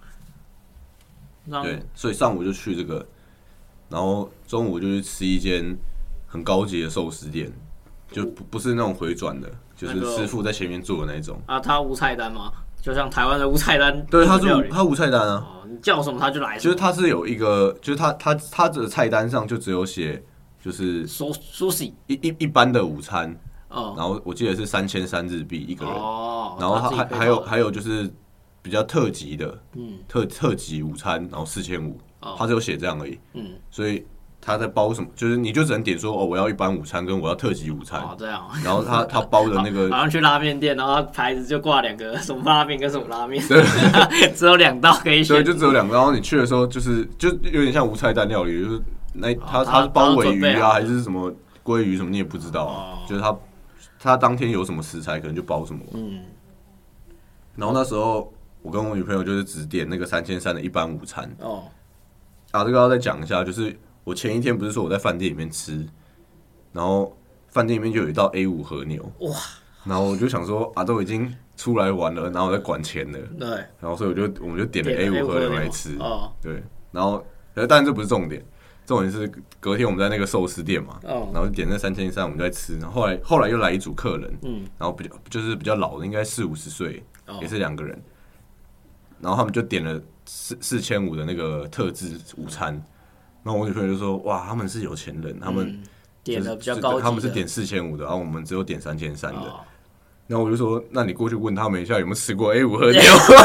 对，所以上午就去这个。然后中午就去吃一间很高级的寿司店，就不不是那种回转的，就是师傅在前面做的那种。 啊，他无菜单吗？就像台湾的无菜单。 对，他是他无菜单啊。 哦，你叫什么他就来什么。 就是他是有一个，就是他他他的菜单上就只有写就是苏苏西一一一般的午餐，哦，然后我记得是三千三日币一个人，哦，然后他还还有还有就是比较特级的，嗯，特特级午餐，然后四千五。他只有写这样而已，嗯，所以他在包什么，就是你就只能点说哦，我要一般午餐跟我要特级午餐， 哦，这样， 然后他他包的那个， 好像去拉面店，然后牌子就挂两个什么拉面跟什么拉面，对，只有两道可以选， 对，就只有两道。然后你去的时候就是就有点像无菜单料理，就是那他他是包鮪鱼啊还是什么鲑鱼什么你也不知道，哦、就是他他当天有什么食材可能就包什么，嗯，然后那时候我跟我女朋友就是只点那个三千三的一般午餐，哦。啊，这个要再讲一下，就是我前一天不是说我在饭店里面吃，然后饭店里面就有一道 A 五 和牛，哇，然后我就想说啊，都已经出来玩了，然后我在管钱了，对，然后所以我就我们就点了 A 五 和牛来吃，哦，对，然后但然这不是重点，重点是隔天我们在那个寿司店嘛，哦，然后就点那三千三，我们就在吃，然后后来后来又来一组客人，嗯，然后比较就是比较老的，应该四五十岁，哦，也是两个人，然后他们就点了。四四千五的那个特制午餐，然后我女朋友就说：“哇，他们是有钱人，他们、就是嗯、 点的比较高级的， 他们是点四千五的，然后我们只有点三千三的。哦”然后我就说：“那你过去问他们一下有没有吃过 A 五 和牛？”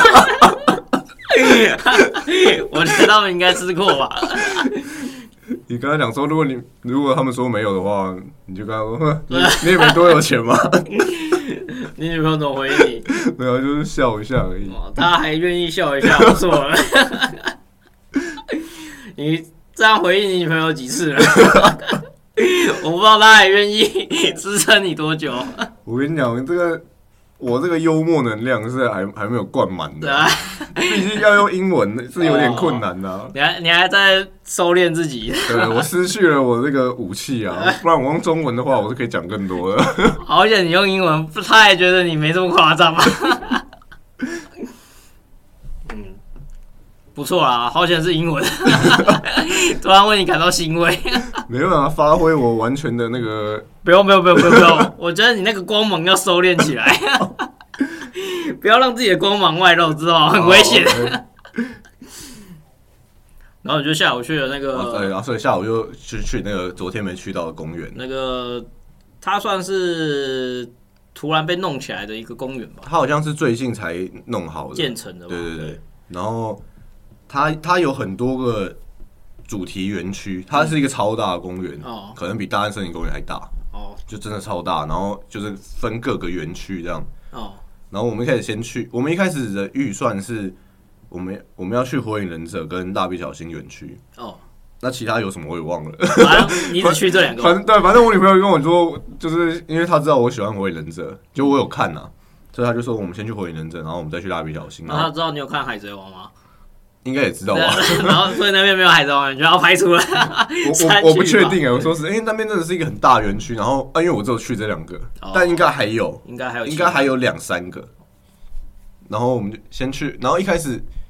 我觉得他们应该吃过吧。 你跟他讲说，如果你如果他们说没有的话，你就跟他说：“你, 你也没多有钱嘛。” 你女朋友怎么回应你？ 没有，就是笑一下而已。 哦、他还愿意笑一下，不错了。你这样回应你女朋友几次了？我不知道他还愿意支撑你多久。 我跟你讲，这个我这个幽默能量是还还没有灌满的，啊、毕竟要用英文是有点困难的、啊哦。 你还你还在收敛自己？ 对，我失去了我这个武器啊！不然我用中文的话，我是可以讲更多的。 好险你用英文，他也觉得你没这么夸张吧？嗯，不错啦，好险是英文，突然为你感到欣慰。 没办法发挥我完全的那个， 不用不用不用不用不用，我觉得你那个光芒要收敛起来，不要让自己的光芒外露，知道吗？很危险。Oh, 然后你就下午去了那个， 哦、对，然后所以下午就去去那个昨天没去到的公园。 那个它算是突然被弄起来的一个公园吧？ 它好像是最近才弄好的， 建成的吧。 对对对。然后它它有很多个主题园区，它是一个超大的公园，嗯、可能比大安森林公园还大。哦，就真的超大。然后就是分各个园区这样。哦。然后我们一开始先去，我们一开始的预算是。我们我们要去火影忍者跟蜡笔小新园区哦，那其他有什么我也忘了。 反正你只去这两个。 反正对，反正我女朋友跟我说，就是因为她知道我喜欢火影忍者，就我有看呐、啊，所以她就说我们先去火影忍者，然后我们再去蜡笔小新。 那她知道你有看海贼王吗？ 应该也知道吧。 然后所以那边没有海贼王，你就要排除了。 我我我不确定哎，我说是，因为那边真的是一个很大园区，然后啊，因为我只有去这两个，哦、但应该还有， 应该还有， 应该还有两三个。然后我们就先去，然后一开始。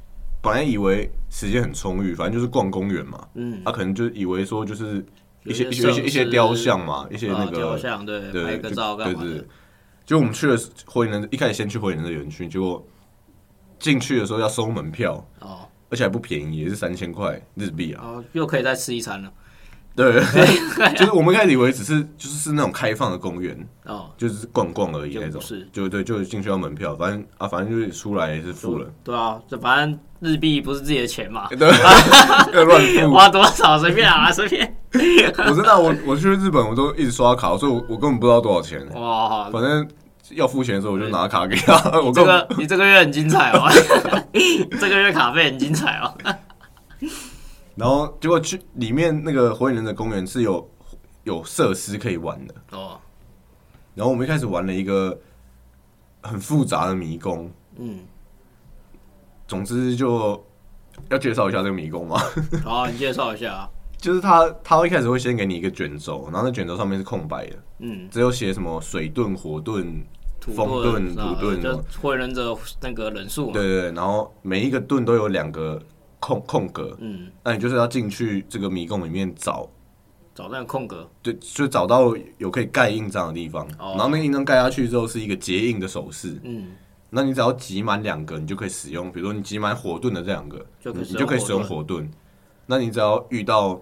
本来以为时间很充裕，反正就是逛公园嘛。嗯，他、啊、可能就以为说就是一些一些一些一些雕像嘛，一些那个、 呃、雕像，对，对拍个照干嘛的。对对对。 结果我们去了火影忍者，一开始先去火影忍者园区，结果进去的时候要收门票，哦，而且还不便宜，也是三千块日币啊。 哦，又可以再吃一餐了。 对，就是我们一开始以为只是就是是那种开放的公园，哦，就是逛逛而已那种，是，就对，就进去要门票，反正啊，反正就是出来也是付了。 对啊，就反正日币不是自己的钱嘛， 对，要乱付， 花多少随便啊，随便。 我知道，我我去日本我都一直刷卡，所以我我根本不知道多少钱。哇，反正要付钱的时候我就拿卡给他。我这个你这个月很精彩哦，这个月卡费很精彩哦。 然后结果去里面那个火影忍者公园是有有设施可以玩的哦。然后我们一开始玩了一个很复杂的迷宫，嗯，总之就要介绍一下这个迷宫嘛。 好，你介绍一下。 就是他他一开始会先给你一个卷轴，然后那卷轴上面是空白的，嗯，只有写什么水遁、火遁、风遁、土遁， 就火影忍者那个人数嘛。 对对对，然后每一个遁都有两个。空空格，嗯，那你就是要进去这个迷宫里面找， 找那个空格， 对，就找到有可以盖印章的地方，哦、然后那个印章盖下去之后是一个结印的手势，嗯，那你只要集满两个，你就可以使用，比如说你集满火遁的这两个，就你就可以使用火遁，那你只要遇到。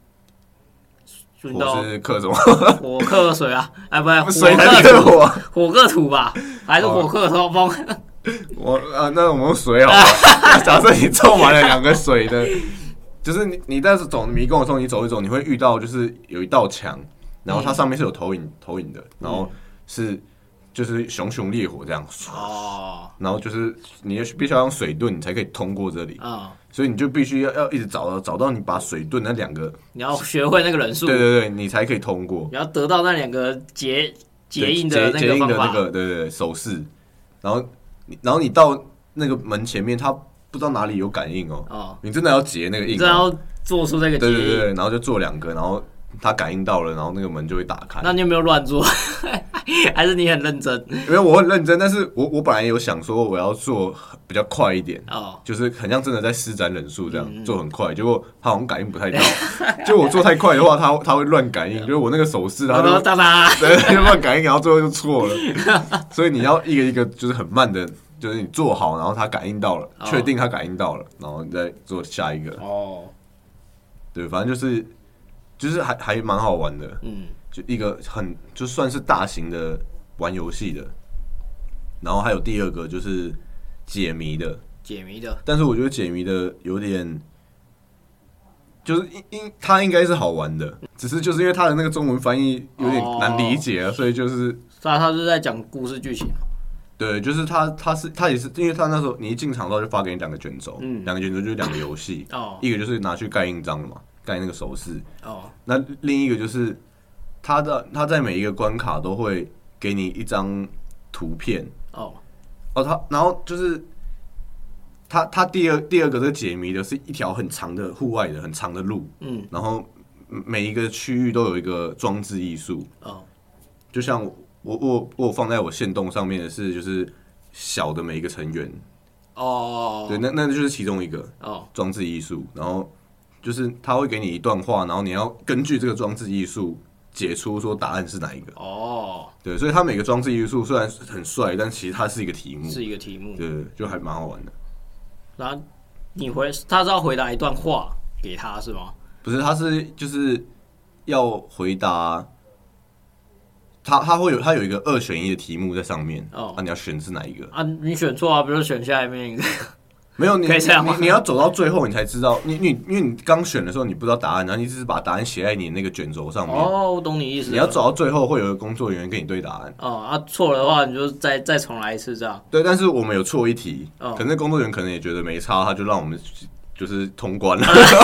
火是克什么？ 火克水啊，哎，不是水克火， 火克土吧？还是火克风？ 我啊，那我们用水好了。假设你凑满了两个水的，就是你你在走迷宫的时候，你走一走，你会遇到就是有一道墙，然后它上面是有投影投影的，然后是就是熊熊烈火这样。哦。然后就是你必须要用水遁，你才可以通过这里。啊。所以你就必须要要一直找到找到你把水遁那两个， 你要学会那个人数。 对对对，你才可以通过。 你要得到那两个结结印的那个方法。 那个对对对手势，然后。然后你到那个门前面，他不知道哪里有感应哦。哦，你真的要结那个印、哦， 你真的要做出这个结印。 对对对，然后就做两个，然后他感应到了，然后那个门就会打开。 那你有没有乱做？还是你很认真？ 因为我很认真，但是我我本来有想说我要做比较快一点，哦，就是很像真的在施展忍术这样、嗯、做很快，结果他好像感应不太到。就我做太快的话，他他会乱感应，就是我那个手势他就哒哒， 对，就乱感应，然后最后就错了。所以你要一个一个就是很慢的。就是你做好，然后他感应到了，确、oh. 定他感应到了，然后你再做下一个。哦， oh. 对，反正就是就是还还蛮好玩的，嗯，就一个很就算是大型的玩游戏的。然后还有第二个就是解谜的， 解谜的， 但是我觉得解谜的有点，就是应它应该是好玩的，只是就是因为它的那个中文翻译有点难理解啊， oh. 所以就是， 他他是在讲故事剧情。 对，就是他，他是他也是，因为他那时候你一进场之后就发给你两个卷轴，嗯，两个卷轴就是两个游戏，哦，一个就是拿去盖印章的嘛，盖那个手势，哦，那另一个就是他的他在每一个关卡都会给你一张图片，哦，哦，他然后就是他他第二第二个这个解谜的是一条很长的户外的很长的路，嗯，然后每一个区域都有一个装置艺术，哦，就像。我我我放在我限动上面的是就是小的每一个成员哦，对，那那就是其中一个哦装置艺术，然后就是他会给你一段话，然后你要根据这个装置艺术解出说答案是哪一个哦，对，所以他每个装置艺术虽然很帅，但其实它是一个题目， 是一个题目， 对，就还蛮好玩的。 然后你回他是要回答一段话给他是吗？ 不是，他是就是要回答。他他会有他有一个二选一的题目在上面，哦，啊，你要选是哪一个？ 啊，你选错啊，比如选下面一个。 没有，你可以这样吗？你你要走到最后，你才知道，你你因为你刚选的时候你不知道答案，然后你只是把答案写在你那个卷轴上面。 哦，我懂你意思。 你要走到最后，会有一个工作人员跟你对答案。 哦，啊，错了的话，你就再再重来一次这样。 对，但是我们有错一题，哦，可能工作人员可能也觉得没差，他就让我们就是通关了。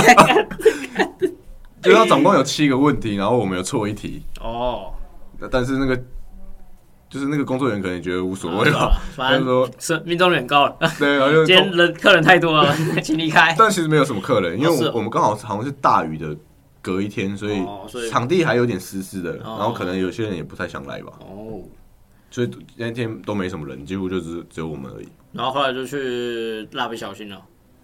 就是他总共有七个问题，然后我们有错一题。哦。但是那个就是那个工作人员可能觉得无所谓吧， 反正说命中率很高了。 对，然后就今天人客人太多了，请离开。 但其实没有什么客人，因为我我们刚好好像是大雨的隔一天，所以场地还有点湿湿的，然后可能有些人也不太想来吧。哦，所以那天都没什么人，几乎就只只有我们而已。 然后后来就去蜡笔小新了。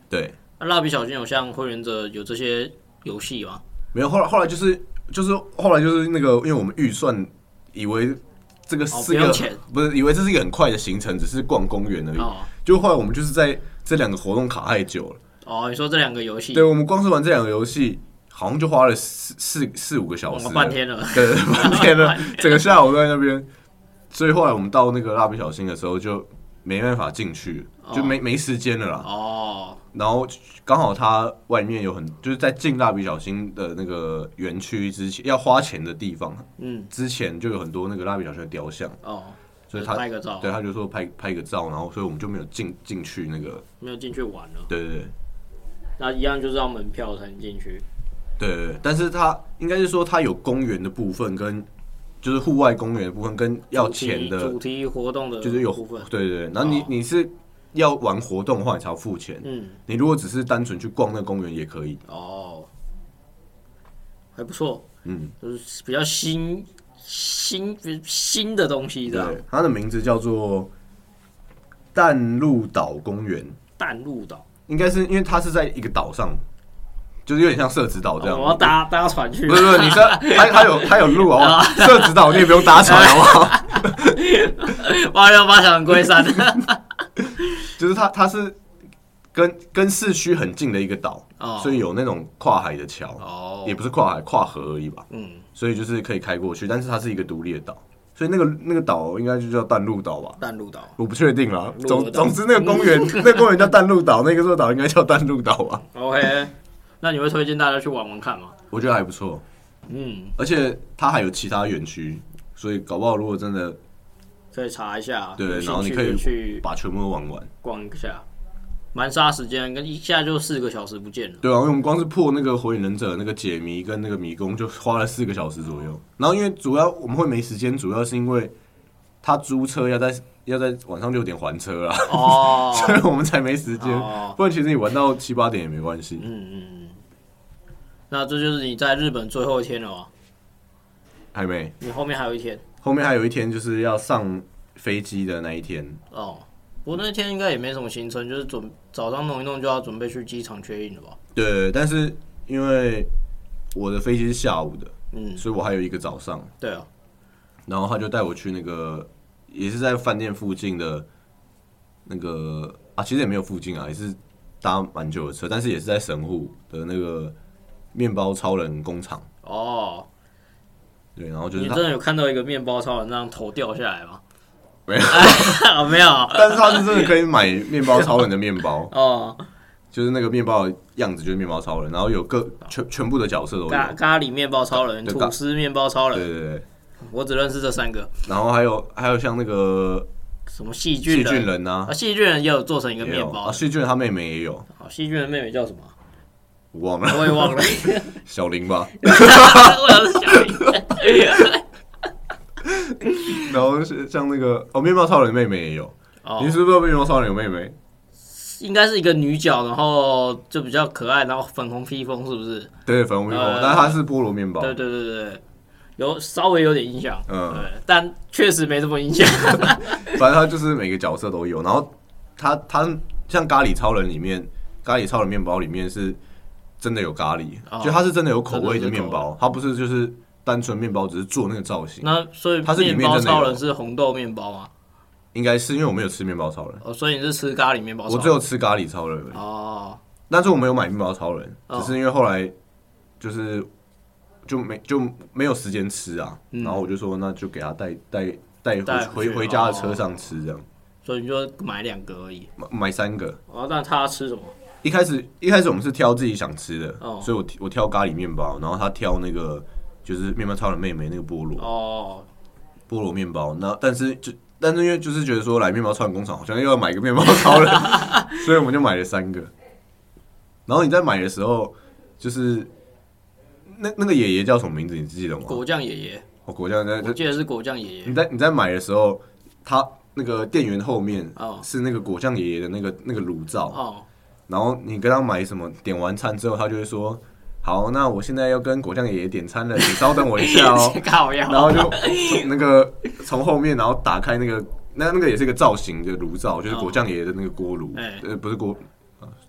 对。 那蜡笔小新有像火影忍者有这些游戏吗？ 没有，后来后来就是就是后来就是那个，因为我们预算以为这个是个、哦、不, 不是以为这是一个很快的行程，只是逛公园而已。哦、就后来我们就是在这两个活动卡太久了。 哦，你说这两个游戏？ 对，我们光是玩这两个游戏，好像就花了四四四五个小时， 哦、半天了。 对，半天了，整个下午都在那边。所以后来我们到那个蜡笔小新的时候，就没办法进去，就没、哦、没时间了啦。哦。然后刚好它外面有很，就是在进蜡笔小新的那个园区之前，要花钱的地方，嗯，之前就有很多那个蜡笔小新的雕像。哦。所以他拍个照， 对，他就说拍拍个照，然后所以我们就没有进进去那个， 没有进去玩了。 对对对。 那一样就是要门票才能进去。 对对对，但是它应该是说它有公园的部分跟就是户外公园的部分跟要钱的主题活动的就是有部分。 对对对，然后你、哦、你是要玩活动的话，你才要付钱。嗯，你如果只是单纯去逛那个公园也可以。 哦，还不错。嗯，就是比较新新新的东西，这样。对， 它的名字叫做淡路岛公园。 淡路岛。应该是因为它是在一个岛上，就是有点像社子岛这样。 哦、我要搭搭船去。 不是不是，你是它它有它有路好不好？社子岛你也不用搭船好不好？ 八六八小龟山。 就是它它是跟跟市区很近的一个岛，哦、所以有那种跨海的桥，哦、也不是跨海跨河而已吧。嗯，所以就是可以开过去，但是它是一个独立的岛。所以那个那个岛应该就叫淡路岛吧？ 淡路岛， 我不确定啦。总总之，那个公园，那个公园叫淡路岛，那个座岛应该叫淡路岛吧 ？OK， 那你会推荐大家去玩玩看吗？ 我觉得还不错。嗯，而且它还有其他园区，所以搞不好如果真的可以查一下， 对，然后你可以去把全部都玩完， 逛一下。蛮杀时间，跟一下就四个小时不见了。 对啊，因为我们光是破那个火影忍者那个解谜跟那个迷宫，就花了四个小时左右。然后因为主要我们会没时间，主要是因为他租车要在要在晚上六点还车啦，哦，所以我们才没时间。哦、不然其实你玩到七八点也没关系。嗯嗯嗯。 那这就是你在日本最后一天了吗？ 还没。 你后面还有一天。 后面还有一天就是要上飞机的那一天。 哦。我那天应该也没什么行程，就是准早上弄一弄就要准备去机场确认了吧？ 对，但是因为我的飞机是下午的，嗯，所以我还有一个早上。 对啊， 然后他就带我去那个，也是在饭店附近的那个啊，其实也没有附近啊，也是搭蛮久的车，但是也是在神户的那个面包超人工厂。哦，对，然后就是你真的有看到一个面包超人让头掉下来吗？ 没有， 没有。 但是他是真的可以买面包超人的面包哦，就是那个面包的样子就是面包超人，然后有各全全部的角色都有， 咖咖喱面包超人、吐司面包超人， 对对对， 我只认识这三个。 然后还有还有像那个什么细菌人， 细菌人啊， 啊细菌人也有做成一个面包啊，细菌人他妹妹也有， 啊细菌人妹妹叫什么？ 我忘了， 我也忘了， 小林吧， 我想是小林。 然后像那个哦，面包超人的妹妹也有。哦、你是不是不知道面包超人有妹妹？ 应该是一个女角，然后就比较可爱，然后粉红披风，是不是？ 对，粉红披风，呃、但是它是菠萝面包。 对对对对，有稍微有点印象，嗯，对，但确实没什么印象。 反正它就是每个角色都有，然后它它像咖喱超人里面，咖喱超人面包里面是真的有咖喱，哦、就它是真的有口味的面包，它不是就是单纯面包，只是做那个造型。 那所以面包超人是红豆面包吗？ 应该是因为我没有吃面包超人， 哦，所以你是吃咖喱面包超人？ 我只有吃咖喱超人而已。哦，但是我没有买面包超人，哦、只是因为后来就是就没就没有时间吃啊，嗯、然后我就说那就给他带带带回回回家的车上吃这样。 所以你就买两个而已， 买买三个。 哦，那他吃什么？ 一开始一开始我们是挑自己想吃的，哦、所以我我挑咖喱面包，然后他挑那个就是面包超人妹妹那个菠萝哦，菠萝面包。那但是就但是因为就是觉得说来面包超人工厂好像又要买个面包超人，所以我们就买了三个。然后你在买的时候，就是那那个爷爷叫什么名字？你记得吗？ 果酱爷爷。 哦，果酱， 我记得是果酱爷爷。 你在你在买的时候，他那个店员后面是那个果酱爷爷的那个那个炉灶。哦。然后你跟他买什么，点完餐之后，他就会说。好，那我现在要跟果酱爷爷点餐了，你稍等我一下哦。然后就从那个从后面，然后打开那个那那个也是一个造型的炉灶，就是果酱爷爷的那个锅炉，哦、呃，不是锅，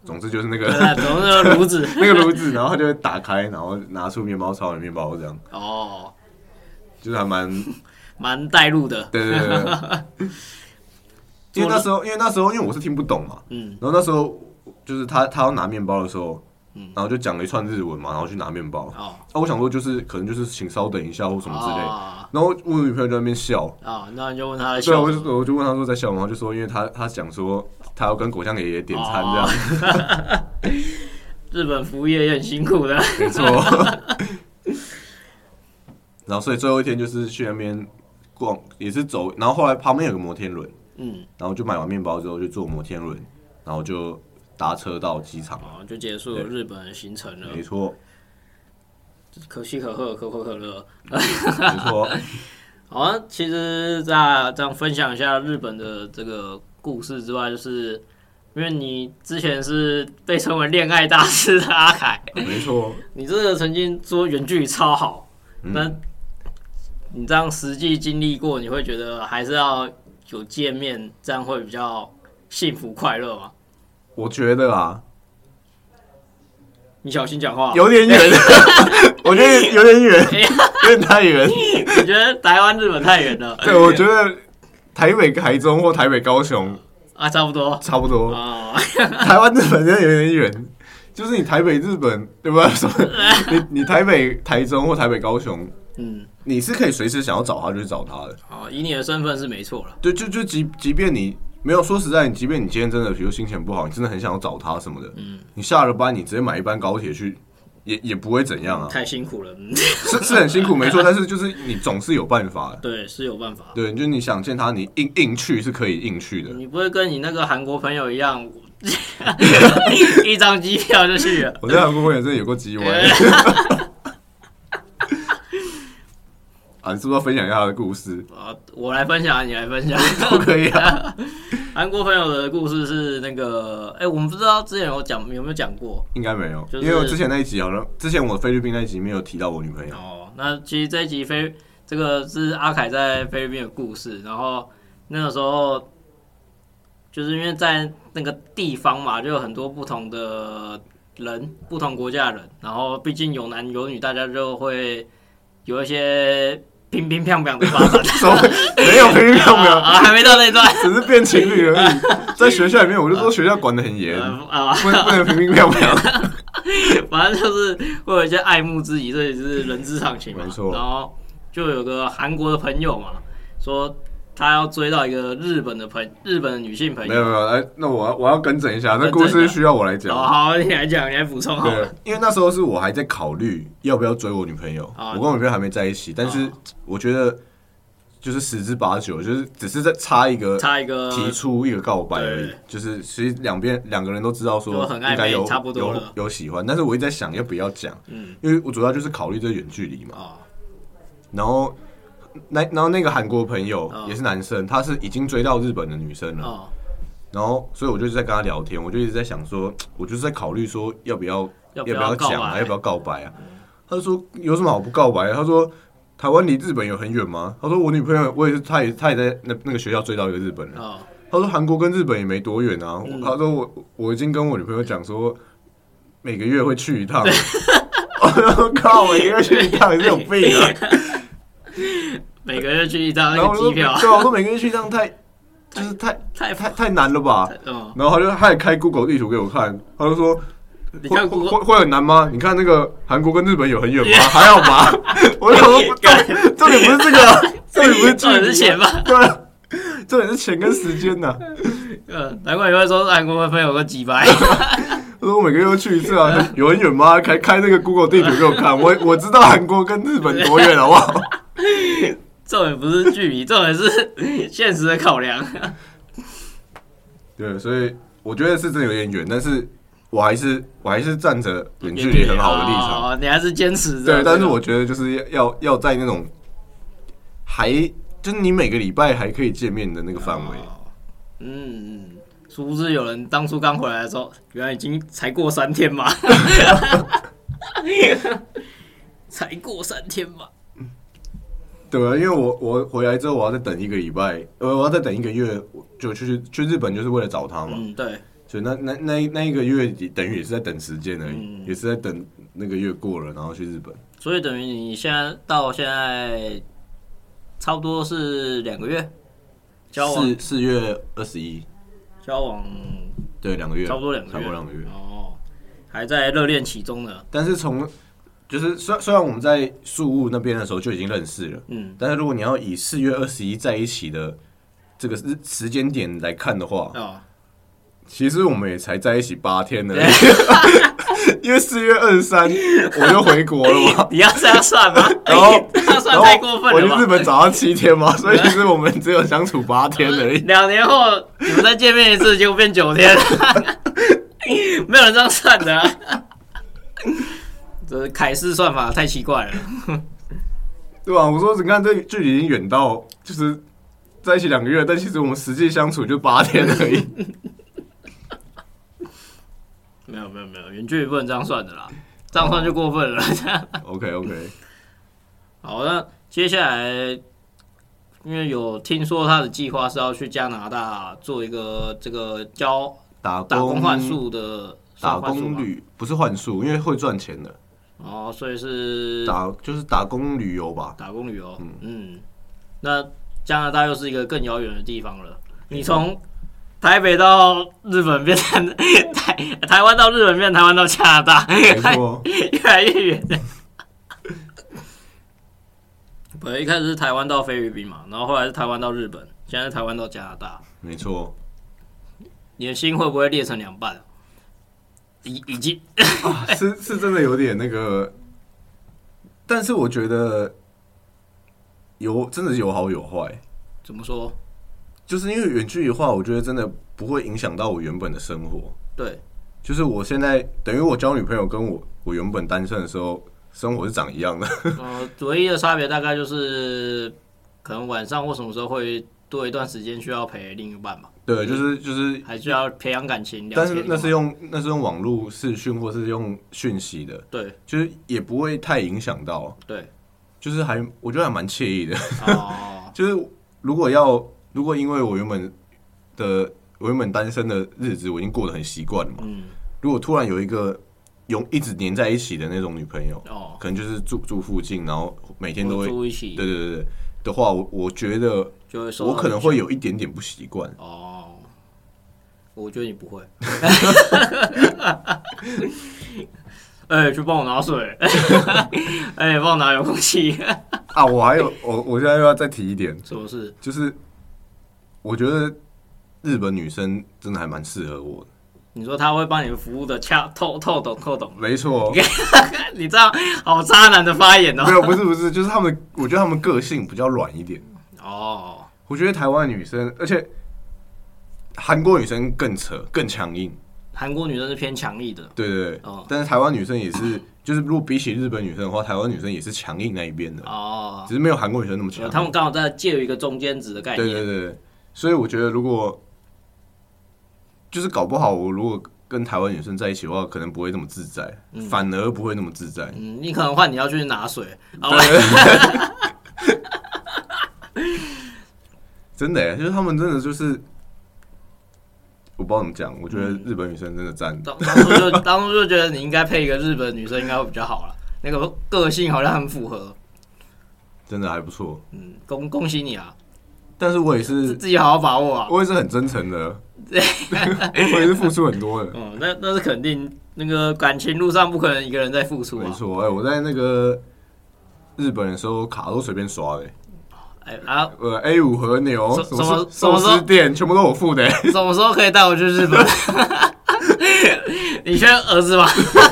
总之就是那个， 对，总之那个炉子， 那个炉子，然后他就会打开，然后拿出面包超人面包这样。 哦， 就是还蛮蛮带入的。 对对对对。因为那时候，因为那时候，因为我是听不懂嘛，嗯，然后那时候就是他他要拿面包的时候，嗯，然后就讲了一串日文嘛，然后去拿面包。哦，啊，我想说就是可能就是请稍等一下或什么之类，哦、然后我女朋友在那边笑。 啊、哦，那你就问他在笑。对， 我就我就问他说在笑吗？然后就说因为他他讲说他要跟果酱爷爷点餐这样。哦、 日本服务业也很辛苦的。 没错。然后所以最后一天就是去那边逛，也是走，然后后来旁边有个摩天轮。嗯，然后就买完面包之后就坐摩天轮，然后就搭车到机场， 哦，就结束了日本的行程了。 没错， 可喜可贺，可口可乐。 没错。 好啊，其实在这样分享一下日本的这个故事之外，就是因为你之前是被称为恋爱大师的阿凯， 没错， 你这个曾经说远距离超好，那、嗯、你这样实际经历过，你会觉得还是要有见面，这样会比较幸福快乐吗？ 我觉得啊， 你小心讲话， 有点远，我觉得有点远，有点太远。 你觉得台湾、日本太远了？ 对，我觉得台北、台中或台北、高雄啊，差不多， 差不多。哦、台湾、日本真的有点远，就是你台北、日本，对不对？什么？你你台北、台中或台北、高雄。嗯，你是可以随时想要找他就去找他的。 哦，以你的身份是没错了。 对，就就即即便你没有说实在，即便你今天真的比如心情不好，你真的很想要找他什么的，嗯，你下了班你直接买一班高铁去，也也不会怎样啊。 太辛苦了， 是是很辛苦没错，但是就是你总是有办法的。 对，是有办法。 对，就是你想见他，你硬硬去是可以硬去的。 你不会跟你那个韩国朋友一样，一张机票就去了。 我在韩国朋友真的有过机会。啊，你是不是要分享一下他的故事？ 啊，我来分享，你来分享都可以啊。 韩国朋友的故事是那个，哎、欸，我们不知道之前有讲有没有讲过？ 应该没有，就是、因为我之前那一集好像，之前我菲律宾那一集没有提到我女朋友。 哦，那其实这一集菲这个是阿凯在菲律宾的故事，然后那个时候就是因为在那个地方嘛，就有很多不同的人，不同国家的人，然后毕竟有男有女，大家就会有一些。乒乒乓乓的发展， 没有乒乒乓乓啊，还没到那段， 只是变情侣而已。在学校里面，我就说学校管得很严啊，不能不能乒乒乓乓。 反正就是会有一些爱慕之意，这也是人之常情嘛。 没错。 然后就有个韩国的朋友嘛，说他要追到一个日本的朋日本的女性朋友。 没有没有，哎，那我要我要更正一下，那故事需要我来讲。 哦，好，你来讲，你来补充好了。 因为那时候是我还在考虑要不要追我女朋友，我跟我女朋友还没在一起，但是我觉得就是十之八九，就是只是在差一个差一个提出一个告白而已。就是其实两边两个人都知道说应该有差不多有有喜欢，但是我一直在想要不要讲，嗯，因为我主要就是考虑这远距离嘛，然后。那然后那个韩国朋友也是男生，他是已经追到日本的女生了，哦、然后所以我就在跟他聊天，我就一直在想说，我就是在考虑说要不要要不要讲啊，要不要告白啊？他就说有什么好不告白？他说台湾离日本有很远吗？他说我女朋友我也是，他也他也在那那个学校追到一个日本人。哦、他说韩国跟日本也没多远啊。嗯、他说我我已经跟我女朋友讲说每个月会去一趟。我靠，每个月去一趟，你是有病啊！ 每个月去一趟那个机票， 对啊，我说每个月去一趟太，就是太太太太难了吧？嗯、然后他就他也开 Google 地图给我看，他就说， 你看 Google 会会很难吗？你看那个韩国跟日本有很远吗？还好吗？我想说，重点不是这个、啊，重点不是重点是钱吧？ 对、啊，重点是钱跟时间呐、啊。 嗯，难怪你会说韩国的朋友有个几百。 他说我每个月都去一次啊，有很远吗？开开那个 Google 地图给我看，我我知道韩国跟日本多远，好不好？ 重点不是距离，重点是现实的考量。 对，所以我觉得是真的有点远，但是我还是我还是站着远距离很好的立场。 哦，你还是坚持着。 对，但是我觉得就是要要在那种还就是你每个礼拜还可以见面的那个范围。 哦、嗯，殊不知有人当初刚回来的时候，原来已经才过三天嘛。才过三天嘛。 对啊，因为我我回来之后，我要再等一个礼拜，呃，我要再等一个月，就去去日本，就是为了找他嘛。 嗯，对。 所以那那那那一个月等于也是在等时间而已，嗯、也是在等那个月过了，然后去日本。 所以等于你现在到现在差不多是两个月交往， 四四月二十一交往， 对，两个月， 差不多两个月， 差不多两个月哦，还在热恋期中呢。 但是从就是虽虽然我们在宿务那边的时候就已经认识了，嗯，但是如果你要以四月二十一在一起的这个时间点来看的话，哦，其实我们也才在一起八天而已。因为四月二十三我就回国了嘛， 你要这样算吗？ 然后这样算太过分了吧？ 我去日本找他七天嘛，所以其实我们只有相处八天而已。 两年后你们再见面一次，结果变九天，没有人这样算的、啊。这凯氏算法太奇怪了， 对吧、啊？我说你看这距离已经远到就是在一起两个月，但其实我们实际相处就八天而已。 没有没有没有，远距离不能这样算的啦，这样算就过分了。 OK OK， 好，那接下来因为有听说他的计划是要去加拿大做一个这个教打打工换宿的打工旅，不是换宿，因为会赚钱的。 哦，所以是打就是打工旅游吧？ 打工旅游，嗯嗯，那加拿大又是一个更遥远的地方了。你从台北到日本变成台台湾到日本变成台湾到加拿大， 没错， 越来越远。本来一开始是台湾到菲律宾嘛，然后后来是台湾到日本，现在是台湾到加拿大。 没错， 你的心会不会裂成两半？已已经、 啊、是是真的有点那个，但是我觉得有真的是有好有坏。 怎么说？ 就是因为远距离的话，我觉得真的不会影响到我原本的生活。 对， 就是我现在等于我交女朋友跟我我原本单身的时候，生活是长一样的。 呃，唯一的差别大概就是可能晚上或什么时候会多一段时间需要陪另一半吧。 对，就是就是还需要培养感情。 但是那是用那是用网络视讯或是用讯息的。对，就是也不会太影响到。对，就是还我觉得还蛮惬意的。哦，就是如果要。如果因为我原本的我原本单身的日子我已经过得很习惯了嘛，嗯，如果突然有一个永一直黏在一起的那种女朋友，哦，可能就是住住附近，然后每天都会住一起， 对对对对的话，我我觉得我可能会有一点点不习惯。哦， 我觉得你不会。哎、欸，去帮我拿水。哎、欸，帮我拿遥控器。 啊，我还有我我现在又要再提一点， 什么事？ 就是我觉得日本女生真的还蛮适合我的。 你说她会帮你服务的恰透透懂透懂？ 没错。 你这样好渣男的发言哦。 没有，不是不是，就是他们，我觉得他们个性比较软一点。哦。我觉得台湾女生，而且韩国女生更扯，更强硬。 韩国女生是偏强硬的， 对对对，哦、但是台湾女生也是，就是如果比起日本女生的话，台湾女生也是强硬那一边的哦，只是没有韩国女生那么强。 他们刚好在介于一个中间值的概念。 对对对，所以我觉得如果就是搞不好，我如果跟台湾女生在一起的话，可能不会那么自在，嗯、反而不会那么自在。 嗯，你可能换你要去拿水。 真的耶，就是他们真的就是。我不知道怎么讲，我觉得日本女生真的赞。 当当初就当初就觉得你应该配一个日本女生，应该会比较好啦。那个个性好像很符合， 真的还不错。 嗯，恭恭喜你啊！ 但是我也是自己好好把握啊。 我也是很真诚的，我也是付出很多的。 嗯，那那是肯定，那个感情路上不可能一个人在付出啊。 没错，哎、欸，我在那个日本的时候，卡都随便刷的、欸。 哎啊， 呃 A 五和牛什么寿司店全部都我付的、欸。 什么时候可以带我去日本？你缺儿子吗？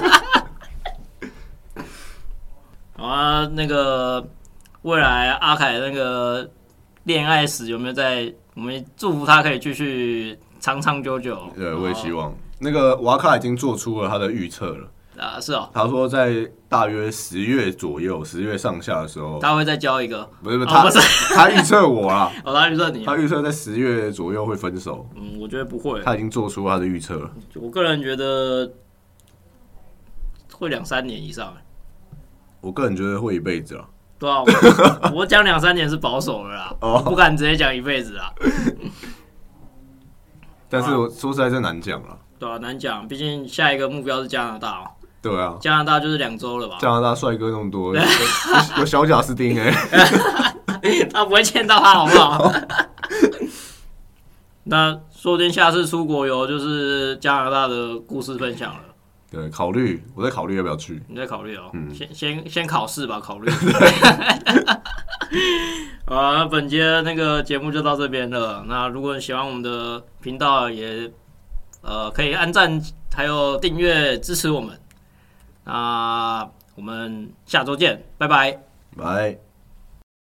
好啊，那个未来阿凯那个恋爱史有没有在？我们祝福他可以继续长长久久。 对，我也希望。那个瓦卡已经做出了他的预测了。 啊，是哦。 他说在大约十月左右，十月上下的时候， 他会再交一个。 不是不是，他、哦、不是他预测我啦。 哦，他预测你。 他预测在十月左右会分手。 嗯，我觉得不会。 他已经做出他的预测了。 我个人觉得会两三年以上。 我个人觉得会一辈子了。 对啊，我讲两三年是保守了啦，哦、不敢直接讲一辈子啦。 但是我说实在，真难讲了。 对啊，难讲，毕竟下一个目标是加拿大哦。 对啊， 加拿大就是两周了吧？ 加拿大帅哥那么多，有, 有小贾斯汀哎、 欸，他不会见到他好不好？那说不定下次出国游就是加拿大的故事分享了。 对，考虑，我在考虑要不要去。 你在考虑哦，嗯、先先先考试吧，考虑。好，那本节那个节目就到这边了。那如果你喜欢我们的频道，也呃可以按赞还有订阅支持我们。那我们下周见，拜拜。 拜。